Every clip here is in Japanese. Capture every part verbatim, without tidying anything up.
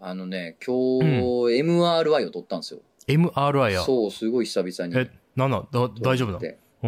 あのね、今日、エムアールアイ を取ったんですよ。 エムアールアイ や。 そう、すごい久々に。 え、なんなんだ、大丈夫なの？ うん、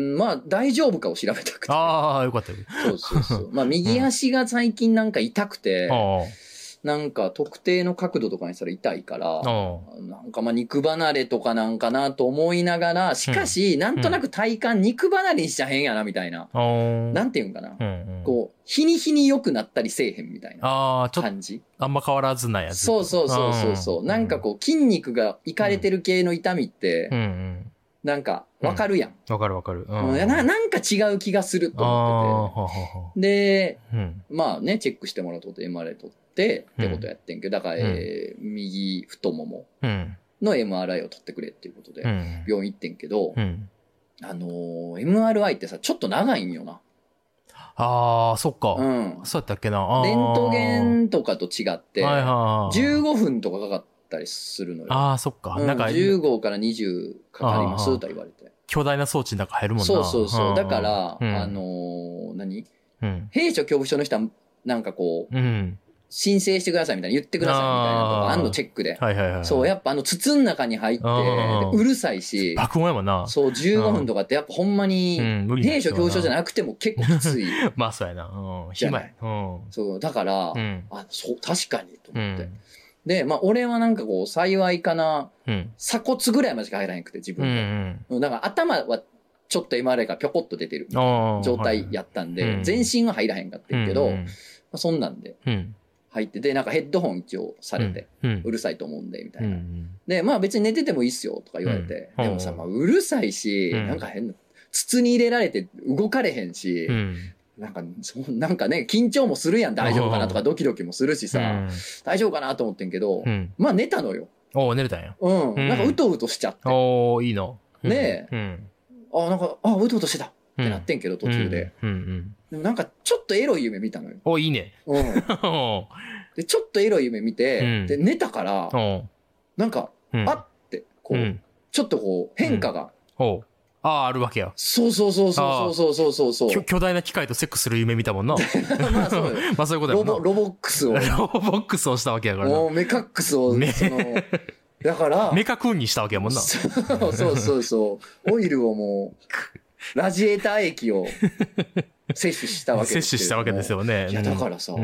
まあ、大丈夫かを調べたくて。 ああ、よかったよ。 そうそうそう。まあ、右足が最近なんか痛くて、うん、なんか特定の角度とかにしたら痛いから、なんかまあ肉離れとかなんかなと思いながら、しかし、なんとなく体感肉離れにしちゃへんやな、みたいな。うん、なんていうんかな。うんうん、こう、日に日に良くなったりせえへんみたいな感じ。 あ, あんま変わらずなやつ。 そうそうそうそうそう。なんかこう、筋肉がいかれてる系の痛みって、うんうん、なんか、わかるやん。わ、 うん、かるわかる、 うんな。なんか違う気がすると思ってて。で、うん、まあね、チェックしてもらうと エムアールアイ 取って、ってことやってんけど、だから、うんえー、右太ももの エムアールアイ を取ってくれっていうことで、病院行ってんけど、うん、あのー、エムアールアイ ってさ、ちょっと長いんよな。 ああ、そっか。うん。そうやったっけな。 レントゲンとかと違って、じゅうごふんとかかかったりするのよ。 ああ、そっか。 うん、なんかじゅうごからにじゅうかかりますと言われて。 巨大な装置の中入るもんな。 そうそうそう。だから、うん、あのー、何、うん、兵所恐怖症の人は、なんかこう、うん、申請してくださいみたいな、言ってくださいみたいなとか、あんのチェックで。はいはいはい。そう、やっぱあの筒の中に入って、うるさいし。 爆音やもんな。 そう、じゅうごふんとかってやっぱほんまに、兵所恐怖症じゃなくても結構きつい。 まあそうやな。うん。暇や。 うん。そう、だから、うん、あ、そう、確かに、と思って。うん、で、まあ俺はなんかこう、幸いかな、うん、鎖骨ぐらいまでしか入らへんくて、自分で。うんうん、だから頭は、ちょっと エムアールアイ がぴょこっと出てる状態やったんで、はい、全身は入らへんかったけど、うんうんまあ、そんなんで入ってて、なんかヘッドホン一応されて、うん、うるさいと思うんで、みたいな、うん。で、まあ別に寝ててもいいっすよとか言われて、うん、でもさ、まあ、うるさいし、うん、なんか変な、筒に入れられて動かれへんし、うん、なんか、そなんかね、緊張もするやん、大丈夫かなとかドキドキもするしさ、うん、大丈夫かなと思ってんけど、うん、まあ寝たのよ。 おー、寝れたんや。 うん。なんかうとうとしちゃって。 おー、いいの。 ねえ。うんあ、なんか、あ、うとうとしてたってなってんけど、途中で。うんうんうん、でもなんか、ちょっとエロい夢見たのよ。 お、いいね。うん。 で、ちょっとエロい夢見て、うん、で、寝たから、なんか、うん、あって、こう、うん、ちょっとこう、変化が。 うん、ああ、あるわけや。 そうそうそうそうそうそうそうそう。 巨大な機械とセックスする夢見たもんな。 まあそうよ。 まあそういうことやもんな。 ロボ、ロボックスを。 ロボックスをしたわけやからな。 もうメカックスを、その、だから、 メカクーンにしたわけやもんな。 そうそうそうそう。オイルをもう、ラジエーター液を摂取したわけですよ。 摂取したわけですよね。 いや、だからさ、うん、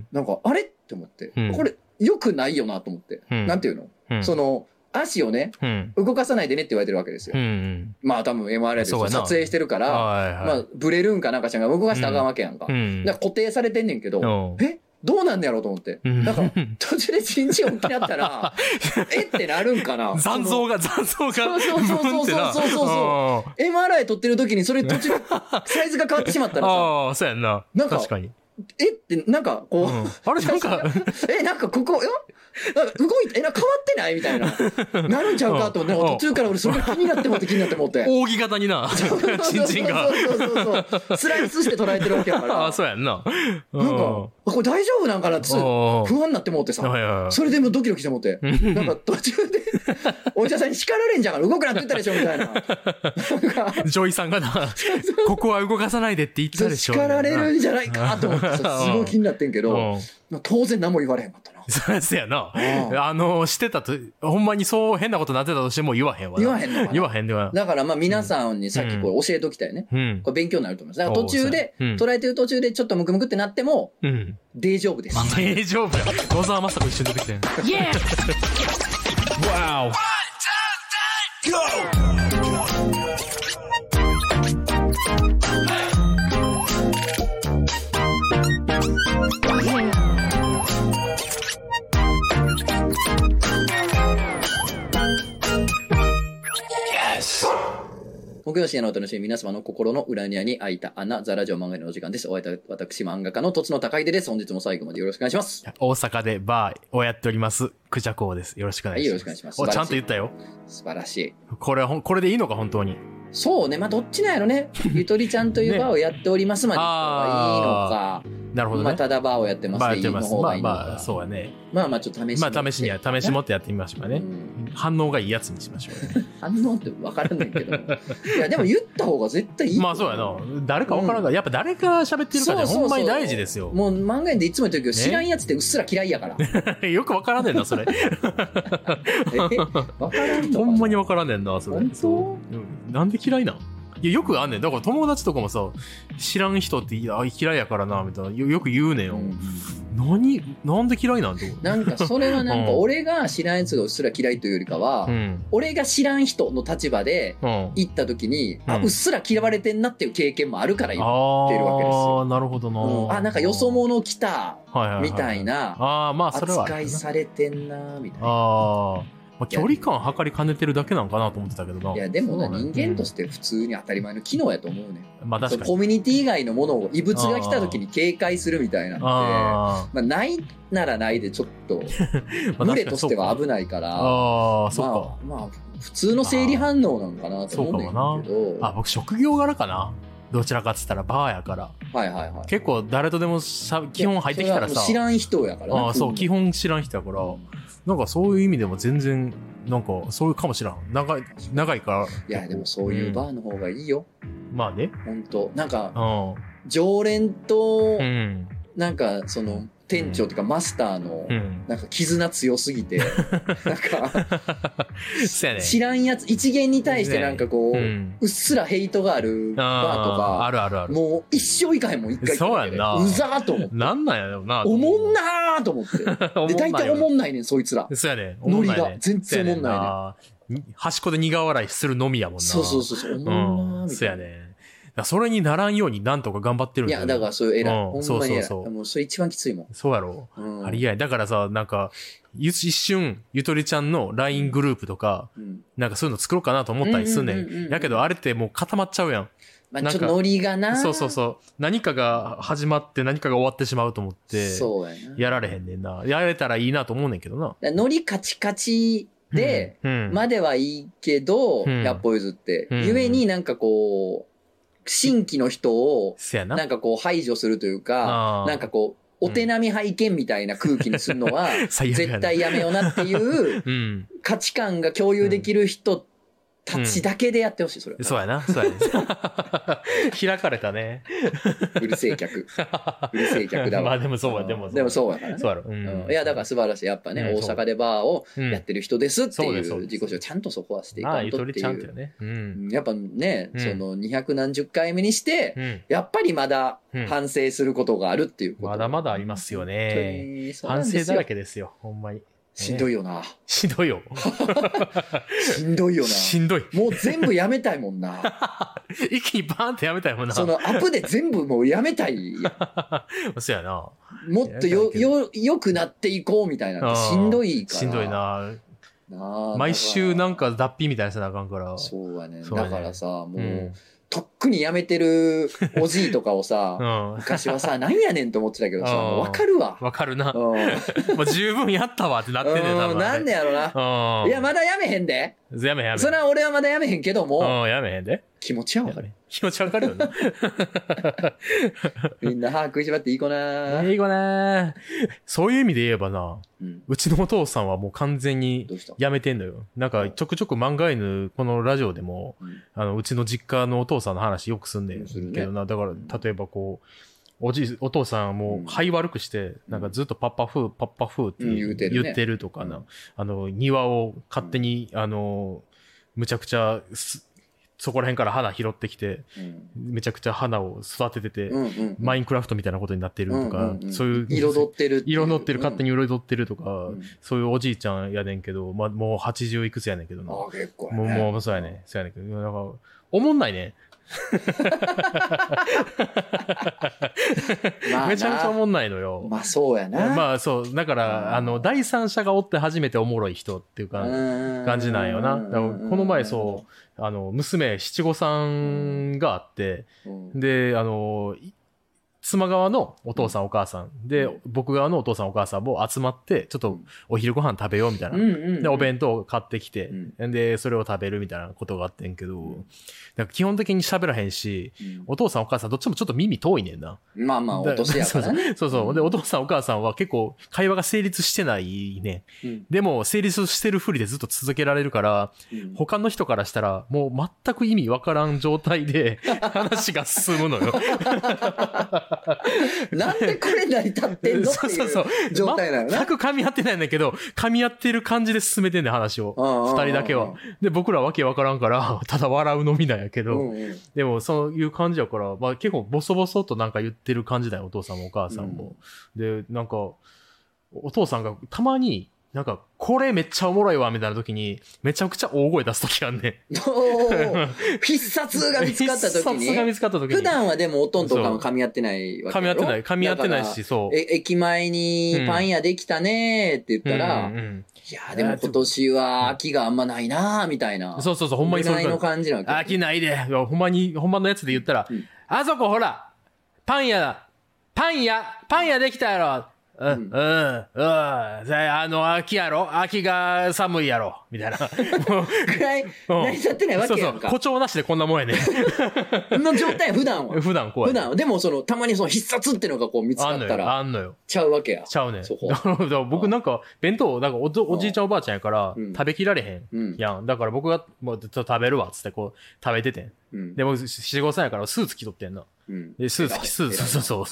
なんか、あれって思って、うん、これ、良くないよなと思って。うん、なんていうの、うん、その、足をね、うん、動かさないでねって言われてるわけですよ。うんうん、まあ多分 エムアールアイ で撮影してるから、はいはい、まあブレるんかなんかしらんが動かしたらあかんわけやんか。うん、だから固定されてんねんけど、うん、えどうなんねやろうと思って。だから、途中でチンチン大きなったら、えってなるんかな残像が、残像が。 そうそうそうそうそうそうそう。エムアールアイ 撮ってる時にそれ途中でサイズが変わってしまったらさ。 ああ、そうやんな。 なんか、 確かに。 えって、なんか、こう。うん、 あれなんか、 え、なんかここ、よなんか動いて、え、な変わってないみたいな。なるんちゃうかと思って、途中から俺それが気になってもって気になってもって。 扇形にな、チンチンが。 そうそうそうそう。スライスして捉えてるわけやから。 ああ、そうやんな。 なんか、これ大丈夫なんかなって不安になってもってさ。それでもドキドキしてもって。なんか途中で、お医者さんに叱られんじゃんから動くなって言ったでしょみたいな。 ジョイさんがな、ここは動かさないでって言ったでしょ。 叱られるんじゃないかと思ってさ、すごい気になってんけど、当然何も言われへんかったな。 そうですやな。あの、してたと、ほんまにそう変なことなってたとしても言わへんわ。 言わへんのかな。 言わへんでは。 だからまあ皆さんにさっきこれ教えときたいね。うん、これ勉強になると思います。だから途中で、うん、捉えてる途中でちょっとムクムクってなっても、うん、大丈夫です。 大丈夫や。野沢雅子一緒に出てきてん。イェーイワーオ木曜深夜のお楽しみ、皆様の心の裏庭に開いた穴、ザラジオ漫画のお時間です。お会いいた私、漫画家のとつの高秀です。本日も最後までよろしくお願いします。 大阪でバーをやっております、クジャコウです。よろしくお願いします。 はい、よろしくお願いします。 お、ちゃんと言ったよ。 素晴らしい。 これはほん、これでいいのか、本当に。 そうね。まあ、どっちなんやろね。ゆとりちゃんというバーをやっておりますまでの方がいいのか。 なるほどね。 まあ、ただバーをやってますでいいの方がいいのか。 まあまあ、そうやね。 まあまあ、ちょっと試しに。 まあ、試しには、試し持ってやってみましょうかね。うん、反応がいいやつにしましょうね。 反応って分からないけど。いや、でも言った方が絶対いい。 まあ、そうやな。誰か分からんから、うん、やっぱ誰が喋ってるかね、ほんまに大事ですよ。 もう漫画園でいつも言ってるけど、知らんやつってうっすら嫌いやから。 よく分からんねんな、それ。え分からんの？ ほんまに分からんねんな、それ。 本当？ なんで嫌いなん？いや、よくあんねん。だから友達とかもさ、知らん人って嫌いやからな、みたいな。よ, よく言うねんよ。うん、何なんで嫌いなんて。 なんかそれはなんか俺が知らんやつがうっすら嫌いというよりかは、うん、俺が知らん人の立場で行った時に、うん、あ、うっすら嫌われてんなっていう経験もあるから言ってるわけですよ。 ああ、なるほどな、 うん。あ、なんかよそ者来た、みたいな扱いされてんな、みたいな。 ああ。まあ、距離感測りかねてるだけなんかなと思ってたけどな。 いや、でもな、人間として普通に当たり前の機能やと思うね。 まあ確かに。 コミュニティ以外のものを、異物が来た時に警戒するみたいなのって、あまあないならないでちょっと、群れとしては危ないから、 ああ、そっか。 まあ、まあ、普通の生理反応なんかなと思うんだけど。 あ、僕職業柄かな。どちらかっつったらバーやから。 はいはいはい。 結構誰とでもさ基本入ってきたらさ。 知らん人やからな。 ああ、そう、基本知らん人やから。なんかそういう意味でも全然、なんかそういうかもしらん。長い、長いから。 いや、でもそういうバーの方がいいよ。 うん、まあね。 ほんと。なんか、常連と、 うん、 なんかその、店長というかマスターの、なんか絆強すぎて、なんか、知らんやつ、一元に対してなんかこう、うっすらヘイトがあるバーとか、 あるあるある。 もう一生行かへんもん、一回。 そうやんな。 うざーと思って。 なんなんやろな。 おもんなーと思って。で、大体おもんないねん、そいつら。 そうやね。 ノリが。全然おもんないねん。端っこで苦笑いするのみやもんな。 そうそうそう、おもんなーみたいな。 そうやね。それにならんようになんとか頑張ってるんだよ。いや、だからそういう偉い。ほんまに偉い。そうそうそう。もうそれ一番きついもん。 そうやろ。うん、ありえない。だからさ、なんか、一瞬、ゆとりちゃんの ライン グループとか、うん、なんかそういうの作ろうかなと思ったりすんねん。やけどあれってもう固まっちゃうやん。 まあ、ちょっとノリがな。 そうそうそう。何かが始まって何かが終わってしまうと思って、そうやな。やられへんねんな。やれたらいいなと思うねんけどな。 ノリカチカチで、うんうん、まではいいけど、ひゃっぽ譲って。うん、ゆえになんかこう、新規の人を、なんかこう排除するというか、なんかこう、お手並み拝見みたいな空気にするのは、絶対やめようなっていう価値観が共有できる人たちだけでやってほしい、それ。 そうやな、そうやね。開かれたね。 うるせえ客。うるせえ客だわ。 まあでもそうや、でもでもそうやからね。 そうやろ。 いや、だから素晴らしい。やっぱね、大阪でバーをやってる人ですっていう自己主張、ちゃんとそこはしていかんとっていう。やっぱね、そのにひゃくなんじゅっかいめにして、やっぱりまだ反省することがあるっていうこと。 まだまだありますよね。反省だらけですよ、ほんまに。 しんどいよな。 しんどいよ。 しんどいよな。 しんどい。 もう全部やめたいもんな。 一気にバーンってやめたいもんな。 そのアップで全部もうやめたい。 そうやな。 もっとよ、よ、良くなっていこうみたいな。しんどいから。 しんどいな。な毎週なんか脱皮みたいなせなあかんから。 そうやね。だからさ、もう、うんとっくに辞めてるおじいとかをさ、うん、昔はさ、なんやねんと思ってたけどさ、もうわかるわ。 わかるな。もう十分やったわってなってんねん、多分、ね。 なんでやろな。いや、まだ辞めへんで。 やめへんやめへん。 それは俺はまだ辞めへんけども。 うん、やめへんで。 気持ちはわかる。 気持ちわかるよな。 みんな歯食いしばっていい子ないい子なそういう意味で言えばな、うん、うちのお父さんはもう完全にやめてんのよ。なんかちょくちょく漫画犬、このラジオでも、うん、あの、うちの実家のお父さんの話よくすんねんけどな。ね、だから、例えばこう、おじい、お父さんはもう肺悪くして、うん、なんかずっとパッパフー、パッパフーって言う、うん、言うてるね、言ってるとかな。うん、あの、庭を勝手に、あの、むちゃくちゃ、そこら辺から花拾ってきて、うん、めちゃくちゃ花を育ててて、うんうんうん、マインクラフトみたいなことになってるとか、うんうんうん、そういう。 彩ってるっていう。 彩ってる、勝手に彩ってるとか、うん、そういうおじいちゃんやねんけど、まあ、もうはちじゅういくつやねんけどな。 あ、結構、 ね。もう、もう、そうやねん。そうやねんけど、なんか、おもんないね。まあめちゃめちゃおもんないのよ。 まあそうやな。 まあそう。だから、あの、第三者がおって初めておもろい人っていうか、感じなんよな。だからこの前そう、あの、娘七五三があって、で、あの、 妻側のお父さんお母さんで、うん、僕側のお父さんお母さんも集まって、ちょっとお昼ご飯食べようみたいな。うんうんうん、で、お弁当を買ってきて、うん、で、それを食べるみたいなことがあってんけど、うん、なんか基本的に喋らへんし、うん、お父さんお母さんどっちもちょっと耳遠いねんな。 まあまあ、お年やからね。 そうそう。で、お父さんお母さんは結構会話が成立してないね。うん、でも、成立してるふりでずっと続けられるから、うん、他の人からしたら、もう全く意味わからん状態で話が進むのよ。 なんでこれ成り立ってんのっていう状態なのね。 全く噛み合ってないんだけど、噛み合ってる感じで進めてんねん、話を。二人だけは。で、僕らわけわからんから、ただ笑うのみなんやけど、うんうん、でもそういう感じやから、まあ結構ボソボソとなんか言ってる感じだよ、お父さんもお母さんも。うん、で、なんか、お父さんがたまに、なんか、これめっちゃおもろいわ、みたいな時に、めちゃくちゃ大声出す時あんねん。 必殺が見つかった時に。 必殺が見つかった時に。 普段はでもおとんとかも噛み合ってないわけ噛み合ってない。噛み合ってないし、そう。 え、駅前にパン屋できたねーって言ったら、うんうんうん、いやでも今年は秋があんまないなーみたいな。 そうそうそう、ほんまにそう。 ぐらいの感じなわけ。 秋ないで。ほんまに、ほんまのやつで言ったら、うん、あそこほら、パン屋だ。パン屋、パン屋できたやろ。うん、うん、うん。あの、秋やろ秋が寒いやろみたいな。もう、 ぐらい、成り立ってないわけやんか。そうそう。 誇張なしでこんなもんやね。 の状態、普段は。 普段怖い。 普段は。でも、その、たまにその必殺っていうのがこう見つかったら。 あんのよ。 ちゃうわけや。 ちゃうね。そこ。僕なんか、弁当、なんかお、おじいちゃんおばあちゃんやから、食べきられへんやん。だから僕が、もう、ちょっと食べるわ、つってこう、食べててん。うん、でも、四五歳やからスーツ着とってんな。うん、で、スーツ着、スーツ、そうそうそう、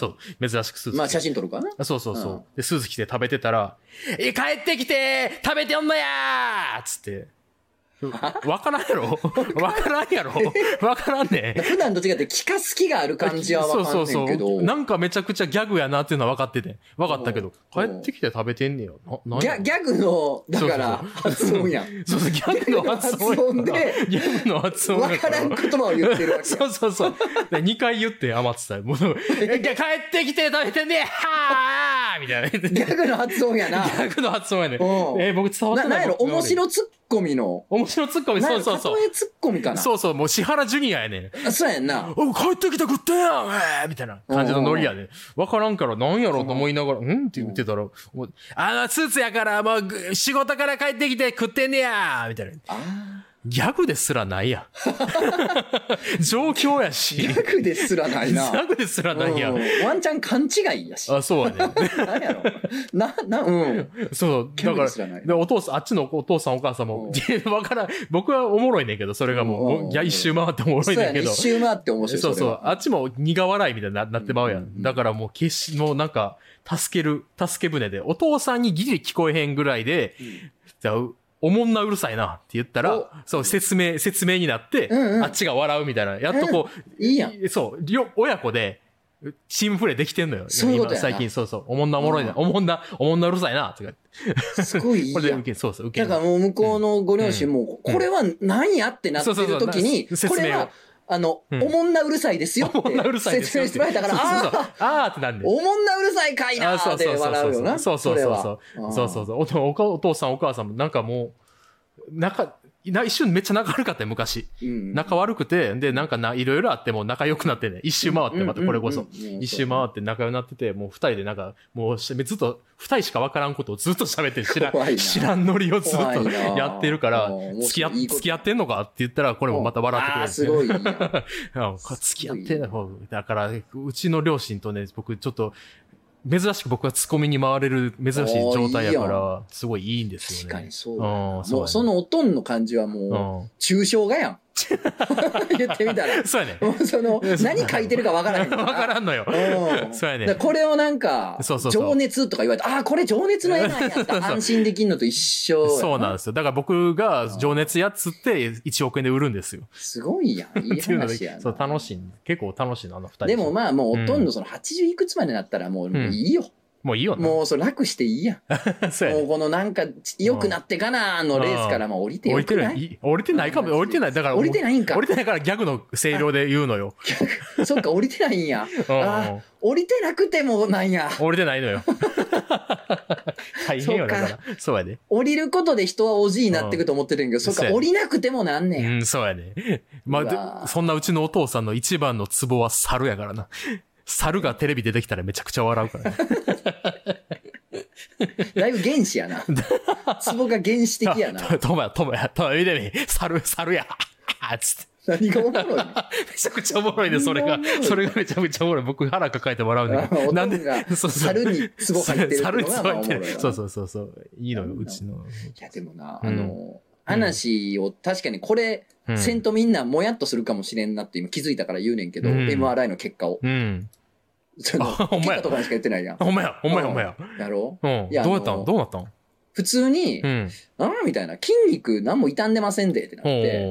珍しくスーツ。 まあ写真撮るかな。 そうそうそう。うん、で、スーツ着て食べてたら、え、帰ってきて食べておんのやーつって。わからんやろわからんやろわからんね。 普段と違って聞かす気がある感じはわかんねんけど。そうそうそう。 なんかめちゃくちゃギャグやなっていうのは分かってて。分かったけど、帰ってきて食べてんねや。 なギャギャグの、だから発音やん。 そうそう、ギャグの発音。 発音で、 ギャグの発音。 わからん言葉を言ってるわけ。 そうそうそう。にかい言って余ってたよ。もう帰ってきて食べてんねはーみたいな。ギャグの発音やな。 ギャグの発音やね。え、僕伝わってない。 なんやろ、面白ツッコミの。 面白ツッコミ、そうそうそう。 例えツッコミかな。 そうそう、もう石原ジュニアやねん。そうやんな。 お、帰ってきて食ってんやんえーみたいな感じのノリやね。わからんから何やろうと思いながら、うんって言ってたら、あの、スーツやから、もう、仕事から帰ってきて食ってんねやみたいな。ギャグですらないやん。状況やし。 ギャグですらないな。 ギャグですらないやん。 ワンチャン勘違いやし。 あ、そうやね。 何やろな、な、うん。 そう、だから、でお父さん、あっちのお父さんお母さんも、わからん。僕はおもろいねんけど、それがもう、いや、一周回っておもろいねんけど。 一周回って面白い。 そうそう。あっちも苦笑いみたいになってまうやん。だからもう、決し、もうなんか、助ける、助け舟で、お父さんにギリ聞こえへんぐらいで、じゃあ、おもんなうるさいなって言ったら、そう、説明、説明になって、うんうん、あっちが笑うみたいな。やっとこう、 いいやん。 そう、親子で、チームプレイできてんのよ。 そういうことやな。 最近、そうそう。おもんなおもろいな。おもんな、おもんなうるさいな。とか。 すごいいいやん。これで受け、そうそう、受け。 だからもう向こうのご両親も、これは何やってなってる時に、これは、あの、うん、おもんなうるさいですよって説明してもらえたから、あああってなんで。 おもんなうるさいかいなーって笑うよな。 そうそうそうそう。そうそうそう。お父さんお母さんもなんかもう、仲、一瞬めっちゃ仲悪かったよ、昔。うん、仲悪くて、で、なんかな、いろいろあっても仲良くなってね、一周回って、またこれこそ。一周回って仲良くなってて、もう二人でなんか、もうずっと、二人しかわからんことをずっと喋って知らん、知らんノリをずっとやってるから、付き合、付き合ってんのかって言ったら、これもまた笑ってくれる。あ、 すごい。 付き合ってんのだから、うちの両親とね、僕ちょっと、珍しく僕はツッコミに回れる珍しい状態やから、すごいいいんですよね。 確かにそうだ、ね。もうそのおとんの感じはもう、抽象画やん。言ってみたら。 そうやね。 もうその、何書いてるかわからへん。 わからんのよ。そうやね。 これをなんか、情熱とか言われて、ああ、これ情熱の絵なんやった安心できんのと一緒。 そうなんですよ。だから僕が情熱やっつっていちおくえんで売るんですよ。 すごいやん。いい話やん。 そう、楽しい。結構楽しいの、あの二人。 でもまあもうほとんどそのはちじゅういくつまでなったらもういいよ。 もういいよな。 もうそれ楽していいやん。そうやね。もうこのなんか良くなってかなのレースからもう降りてよくない？ 降りてないかも。降りてない。だから。 降りてないんか。 降りてないからギャグの声量で言うのよ。 そっか、降りてないんや。あ、降りてなくてもなんや。 降りてないのよ。大変よだから。そうやで。 降りることで人はおじいになってくと思ってるんけど、そっか、降りなくてもなんねん。うん、そうやね。まあ、そんなうちのお父さんの一番のツボは猿やからな。 猿がテレビ出てきたらめちゃくちゃ笑うからね。 だいぶ原始やな。ツボが原始的やな。 ともや、ともや、ともや、見てみ、猿、猿や。つって。 何がおもろいの？めちゃくちゃおもろいね、それが。それがめちゃめちゃおもろい。僕腹抱えて笑うんだけど。なんで、 そうそう猿にツボ入ってるのがまあおもろい。 そうそうそうそう。いいのよ、うちの。いや、でもな、あの、話を確かにこれ、せんとみんなもやっとするかもしれんなって今気づいたから言うねんけど、エムアールアイ の結果を。うん。その、結果とかにしか言ってないやん。 ほんまや、ほんまや、ほんまや。 やろう？うん。どうやったん？どうなったん？ 普通に、うん、ああみたいな、筋肉何も傷んでませんでってなって、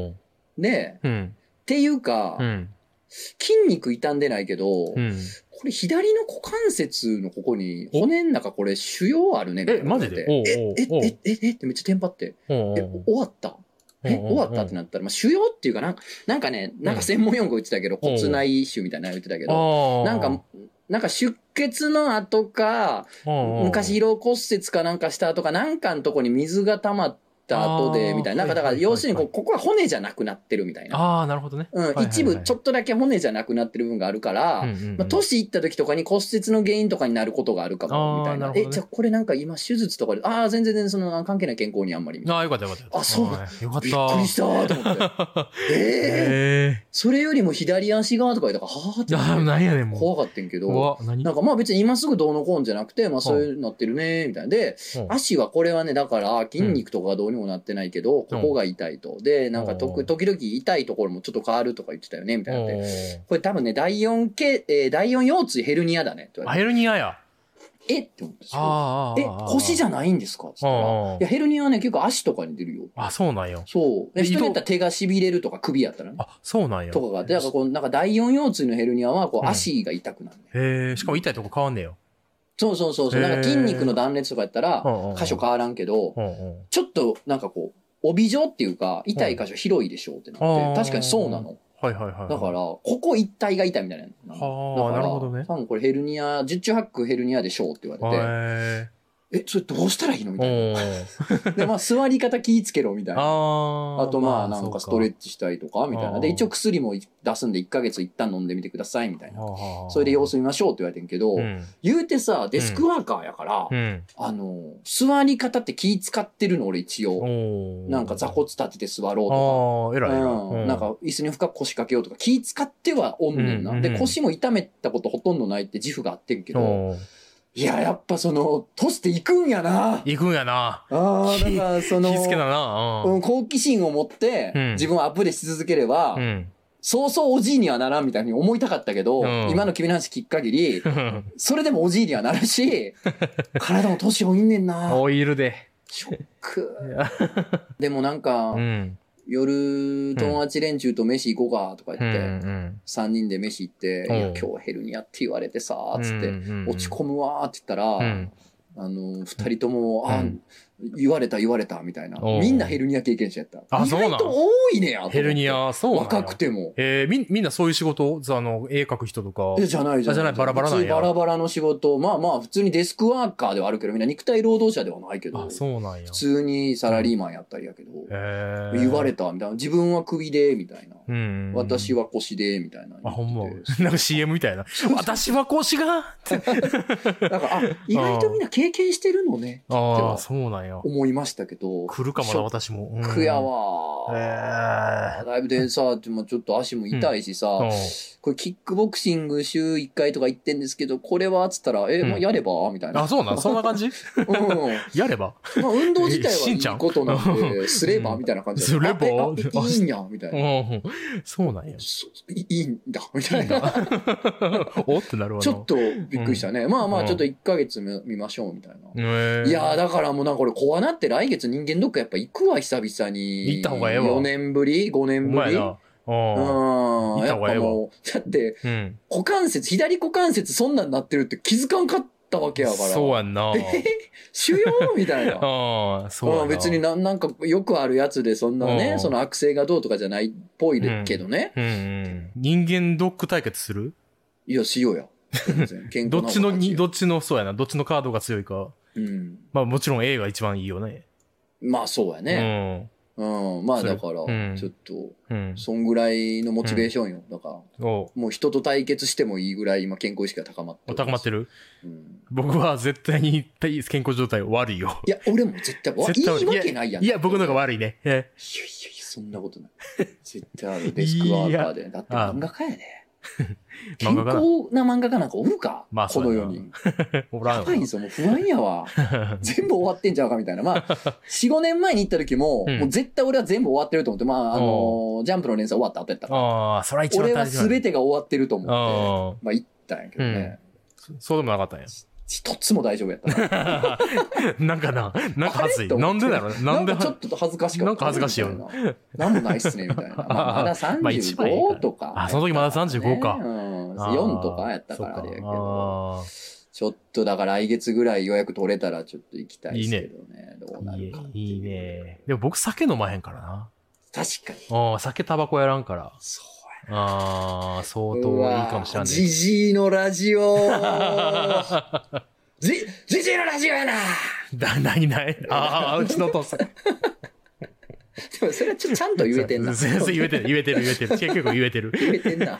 で、うん、っていうか、うん、筋肉傷んでないけど、うん、これ左の股関節のここに骨の中これ腫瘍あるねみたいな。 え、マジで？ え、え、え、え、えってめっちゃテンパって、え、終わったえ、終わったってなったら、まあ、腫瘍っていうかな、なんかね、なんか専門用語言ってたけど、骨内腫みたいなの言ってたけど、なんか、なんか出血の後か、昔疲労骨折かなんかした後か、なんかのとこに水が溜まった後で、みたいな。なんかだから要するにここは骨じゃなくなってるみたいな。 ああ、なるほどね。 うん、一部ちょっとだけ骨じゃなくなってる部分があるから、まあ、年いった時とかに骨折の原因とかになることがあるかも、みたいな。え、じゃあこれなんか今手術とかで、ああ、全然全然その関係ない健康にあんまり。 ああ、よかったよかった。 あ、そう。よかった。びっくりしたーと思って。ええ。それよりも左足側とか言ったから、はぁって。 ああ、なんやねんもう。 怖かったんけど、なんかまあ別に今すぐどうのこうのじゃなくて、まあそういうなってるね、みたいな。で、足はこれはね、だから筋肉とかはどうにもなってないけど、ここが痛いと。で、なんかとく時々痛いところもちょっと変わるとか言ってたよね、みたいなで。これ多分ね、だいよんけ、えー、だいよん腰椎ヘルニアだね。 あ、ヘルニアや。 えって思って。え、腰じゃないんですかって言ったら。いや、ヘルニアはね、結構足とかに出るよ。 あ、そうなんよ。 そう。人によったら手が痺れるとか首やったらね。 あ、そうなんよ。 とかがあって、だからこう、なんかだいよん腰椎のヘルニアは、こう、足が痛くなる、ね。 へえ、しかも痛いとこ変わんねえよ。 そうそうそうそう。なんか筋肉の断裂とかやったら、箇所変わらんけど、ちょっとなんかこう、帯状っていうか、痛い箇所広いでしょってなって、確かにそうなの。 はいはいはい。 だから、ここ一体が痛いみたいな。 はあ、なるほどね。 多分これヘルニア、十中八九ヘルニアでしょうって言われて、え、それどうしたらいいのみたいな。で、まあ座り方気ぃつけろみたいな。あ, あとまあなんかストレッチしたりとかみたいな。で、一応薬も出すんでいっかげつ一旦飲んでみてくださいみたいな。それで様子見ましょうって言われてんけど、うん、言うてさ、デスクワーカーやから、うん、あの、座り方って気ぃ使ってるの俺一応。なんか座骨立てて座ろうとか。偉い、うん。なんか椅子に深く腰掛けようとか気ぃ使ってはおんねんな。うん、で、腰も痛めたことほとんどないって自負があってんけど、いや、やっぱその、トスって行くんやな。 行くんやな。 ああ、だからその、 気付けだな。 うん、好奇心を持って、うん、自分をアップデートし続ければ、うん、そうそうおじいにはならんみたいに思いたかったけど、うん、今の君の話聞く限り、それでもおじいにはなるし、体も年老いんねんな。 老いるで。 ショック。でもなんか、うん夜、友達連中と飯行こうかとか言って、うん、さんにんで飯行って、うん、いや、今日ヘルニアって言われてさ、つって、落ち込むわーって言ったら、うん、あの、二人とも、あ、うん言われた言われたみたいな。みんなヘルニア経験者やった。 あ、そうなの？ 意外と多いねや。 ヘルニア、そうなの？ 若くても。 えー、み、みんなそういう仕事あの、絵描く人とか。 え、じゃないじゃない。 じゃない、バラバラなんや。 普通バラバラの仕事。まあまあ、普通にデスクワーカーではあるけど、みんな肉体労働者ではないけど。 あ、そうなんや。 普通にサラリーマンやったりやけど。へ、うん、言われた、みたいな。自分は首で、みたいな。うん。私は腰で、みたいな。 あ、ほんま。なんか シーエム みたいな。私は腰がなんか、あ、意外とみんな経験してるのね。 ああ、そうなんや。 思いましたけど。 来るかもな、私も。 ショックやわ。へえ。だいぶでさ、ちょっと足も痛いしさ、うん、これキックボクシング週いっかいとか行ってんですけど、これはつったら、え、まあ、やればみたいな。 あ、そうなんそんな感じうん。やればまあ、運動自体はいいことなんで、すればみたいな感じすればいいんやみたいな。 そうなんや。 いいんだみたいな。 おってなるわな。 ちょっとびっくりしたね。まあまあ、ちょっといっかげつ見ましょうみたいな。いやだからもうなんかこれ怖なって来月人間ドックやっぱ行くわ、久々に。 行った方がええわ。 よねんぶり ?ご 年ぶりうん。行った方がええわ。だって、うん、股関節、左股関節そんなんなってるって気づかんかったわけやから。 そうやんな。 え腫瘍みたいな。ああ、そうやな。別にななんかよくあるやつでそんなね、その悪性がどうとかじゃないっぽいけどね。 うんうんうん、人間ドック対決する？ いや、しようや。 どっちのに、どっちの、そうやな、どっちのカードが強いか。うん。まあもちろん A が一番いいよね。 まあそうやね。 うん。まあだから、ちょっと、うん、そんぐらいのモチベーションよ。だから、もう人と対決してもいいぐらい今健康意識が高まってる。 高まってる、うん、僕は絶対に健康状態悪いよ。 いや、俺も絶対、絶対いいわけないやん。 いや、僕の方が悪いね。いやいやいや、 そんなことない。絶対ある。デスクワーカーで。だって漫画家やで。健康な漫画家なんかおるか、まあ、この世に。おらんわ。やばいんすよ、もう不安やわ。全部終わってんちゃうかみたいな。まあ、よん、ごねんまえに行った時も、うん、もう絶対俺は全部終わってると思って、まあ、あのー、ジャンプの連載終わった後やったから。ああ、それは一番大事。俺は全てが終わってると思って、まあ行ったんやけどね。 うん、そうでもなかったんや。 一つも大丈夫やったな。 なんかな、なんか恥ずい。なんでだろうなんでちょっと恥ずかしかった。 なんか恥ずかしいよ。 なんもないっすね、みたいな。まあ、まださんじゅうごとか、 ね。あ、その時まださんじゅうごか。 うん。よんとかやったからあれやけど。ちょっとだから来月ぐらい予約取れたらちょっと行きたいですけどね。どうなるか。 いいね。でも僕酒飲まへんからな。 確かに。 ああ、酒タバコやらんから。そう。ああ、相当いいかもしれない。 ジジイのラジオじ、ジジイのラジオやなだ、ないない。ああ、うちのお父さん。でもそれはちょっとちゃんと言えてんな。 全然言えてる、言えてる、言えてる。結構言えてる。 言えてんな。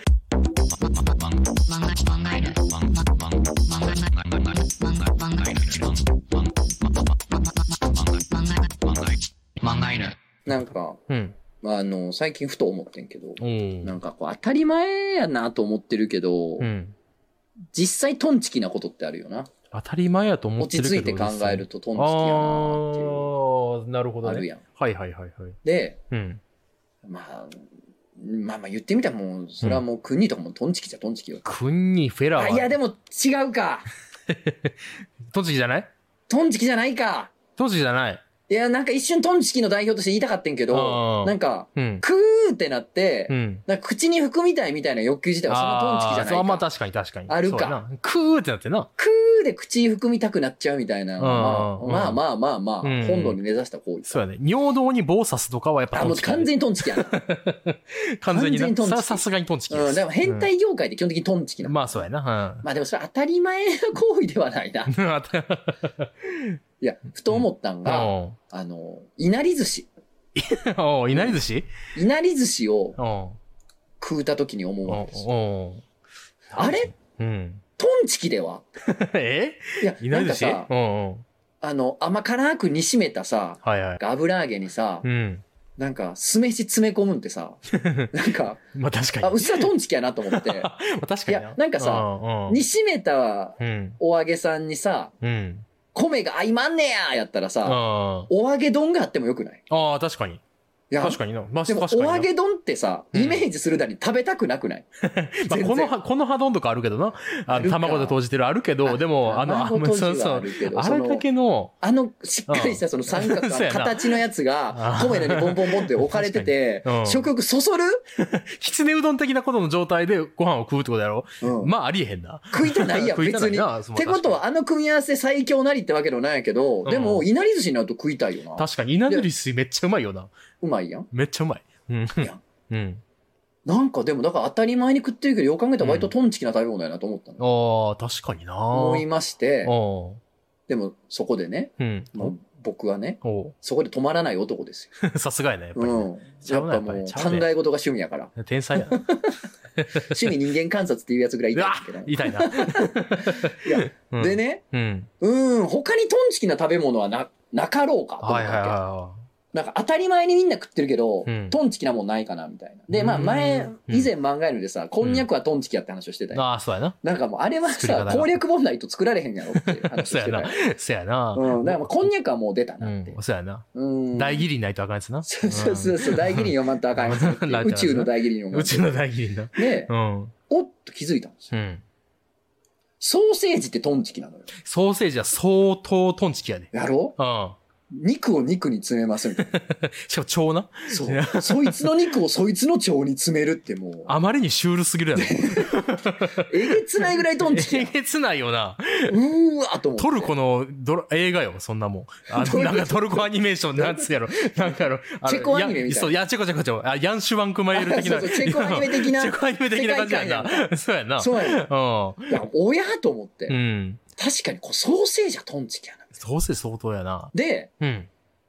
なんか、うん。あの、最近ふと思ってんけど、うん、なんかこう当たり前やなと思ってるけど、うん、実際トンチキなことってあるよな。 当たり前やと思ってるけど。 落ち着いて考えるとトンチキやなっていう。 ああ、なるほどね。 あるやん。 はいはいはいはい。 で、うん、まあ、まあまあ言ってみたらもう、それはもうクンニとかもトンチキじゃトンチキよ。 クンニ、フェラは。 いやでも違うか。 トンチキじゃない？ トンチキじゃないか。 トンチキじゃない。 いや、なんか一瞬トンチキの代表として言いたかったんけど、なんか、うん、クーってなって、うん、なんか口に吹くみたいみたいな欲求自体はそのトンチキじゃないか。 あ、まあ確かに確かに。 あるか。 クーってなってな。 クーで口含みたくなっちゃうみたいな。まあ、まあまあまあまあ、うん、本能に根ざした行為。 そうやね。尿道に棒刺すとかはやっぱトンチキ、ね。あ、もう完全にトンチキやな。 完全にトンチキ。さすがにトンチキです。 うん、でも変態業界って基本的にトンチキな、 うん。まあそうやな。うん、 まあでもそれ当たり前の行為ではないな。いや、ふと思ったんが、うん、あの、いなり寿司。 おいなり寿司いなり寿司を食うた時に思うわけですよ。あれ、うん、トンチキではえいや、いなり寿司さ、 うんうん、あの、甘辛く煮しめたさ、はいはい、油揚げにさ、うん、なんか酢飯詰め込むんってさ、なんか、 まあ確かに。 あ、うっすらトンチキやなと思って。 まあ確かに。いや、 なんかさ、うんうん、煮しめたお揚げさんにさ、うん米が相まんねややったらさ、お揚げ丼があってもよくない？ ああ、確かに。いや、確かにな。 まあ、でも、お揚げ丼ってさ、イメージするだに食べたくなくない？ まあ、この、この葉丼とかあるけどな。あの、卵で投じてるあるけど、でも、あの、あ、そうそう。あれだけの、 あの、しっかりしたその三角形のやつが、米のにボンボンボンって置かれてて、食欲そそる？ きつねうどん的なことの状態でご飯を食うってことやろ？まあ、ありえへんな。 食いたないやん、別に。ってことは、あの組み合わせ最強なりってわけでもないけど、でも、いなり寿司になると食いたいよな。 確かに、いなり寿司めっちゃうまいよな。 うまいやん。 めっちゃうまい。うん。やん。 うん。なんかでも、だから当たり前に食ってるけど、よく考えたら割とトンチキな食べ物やなと思ったの。 うん、ああ、確かにな。 思いまして、でもそこでね、うん、もう僕はね、そこで止まらない男ですよ。 さすがやね、やっぱり、ね。 うん。やっぱもう考え事が趣味やから。 天才や。 趣味人間観察っていうやつぐらい痛いんだけど。 痛いな。 いや、うん、でね、うん、うん、他にトンチキな食べ物はな、なかろうかと思ったわけ。はいはいはい。なんか当たり前にみんな食ってるけど、うん、トンチキなもんないかなみたいな。で、まあ前、以前漫画やのでさ、こんにゃくはトンチキやって話をしてたよ。 ああ、そうやな。 なんかもうあれはさ、攻略本ないと作られへんやろって話をしてたよ。 そうやな。 うん。だからこんにゃくはもう出たなって。 そうやな。うん。大義理ないとあかんやつな。 そうそうそうそう、大義理読まんとあかんやつ。宇宙の大義理読まんと。 宇宙の大義理な。 で、おっと気づいたんですよ。ソーセージってトンチキなのよ。 ソーセージは相当トンチキやで。 やろ？うん。肉を肉に詰めますみたいな。 しかも腸な。 そう。そいつの肉をそいつの腸に詰めるってもう。 あまりにシュールすぎるやろ。 えげつないぐらいトンチキ。 えげつないよな。 うーわと思って。 トルコのドラ映画よ、そんなもん。あなんかトルコアニメーションなんつやろ。なんかやろ。 チェコアニメみたいな。 そう、いや、チェコチェコチェコ。あ、ヤンシュワンクマイル的な。 そうそう、チェコアニメ的な。 チェコアニメ的な感じやな。そうやな。 そうやな。うん。いや、親と思って。うん。確かに、こう、ソーセージはトンチキやな。 ソーセージ相当やな。 で、うん。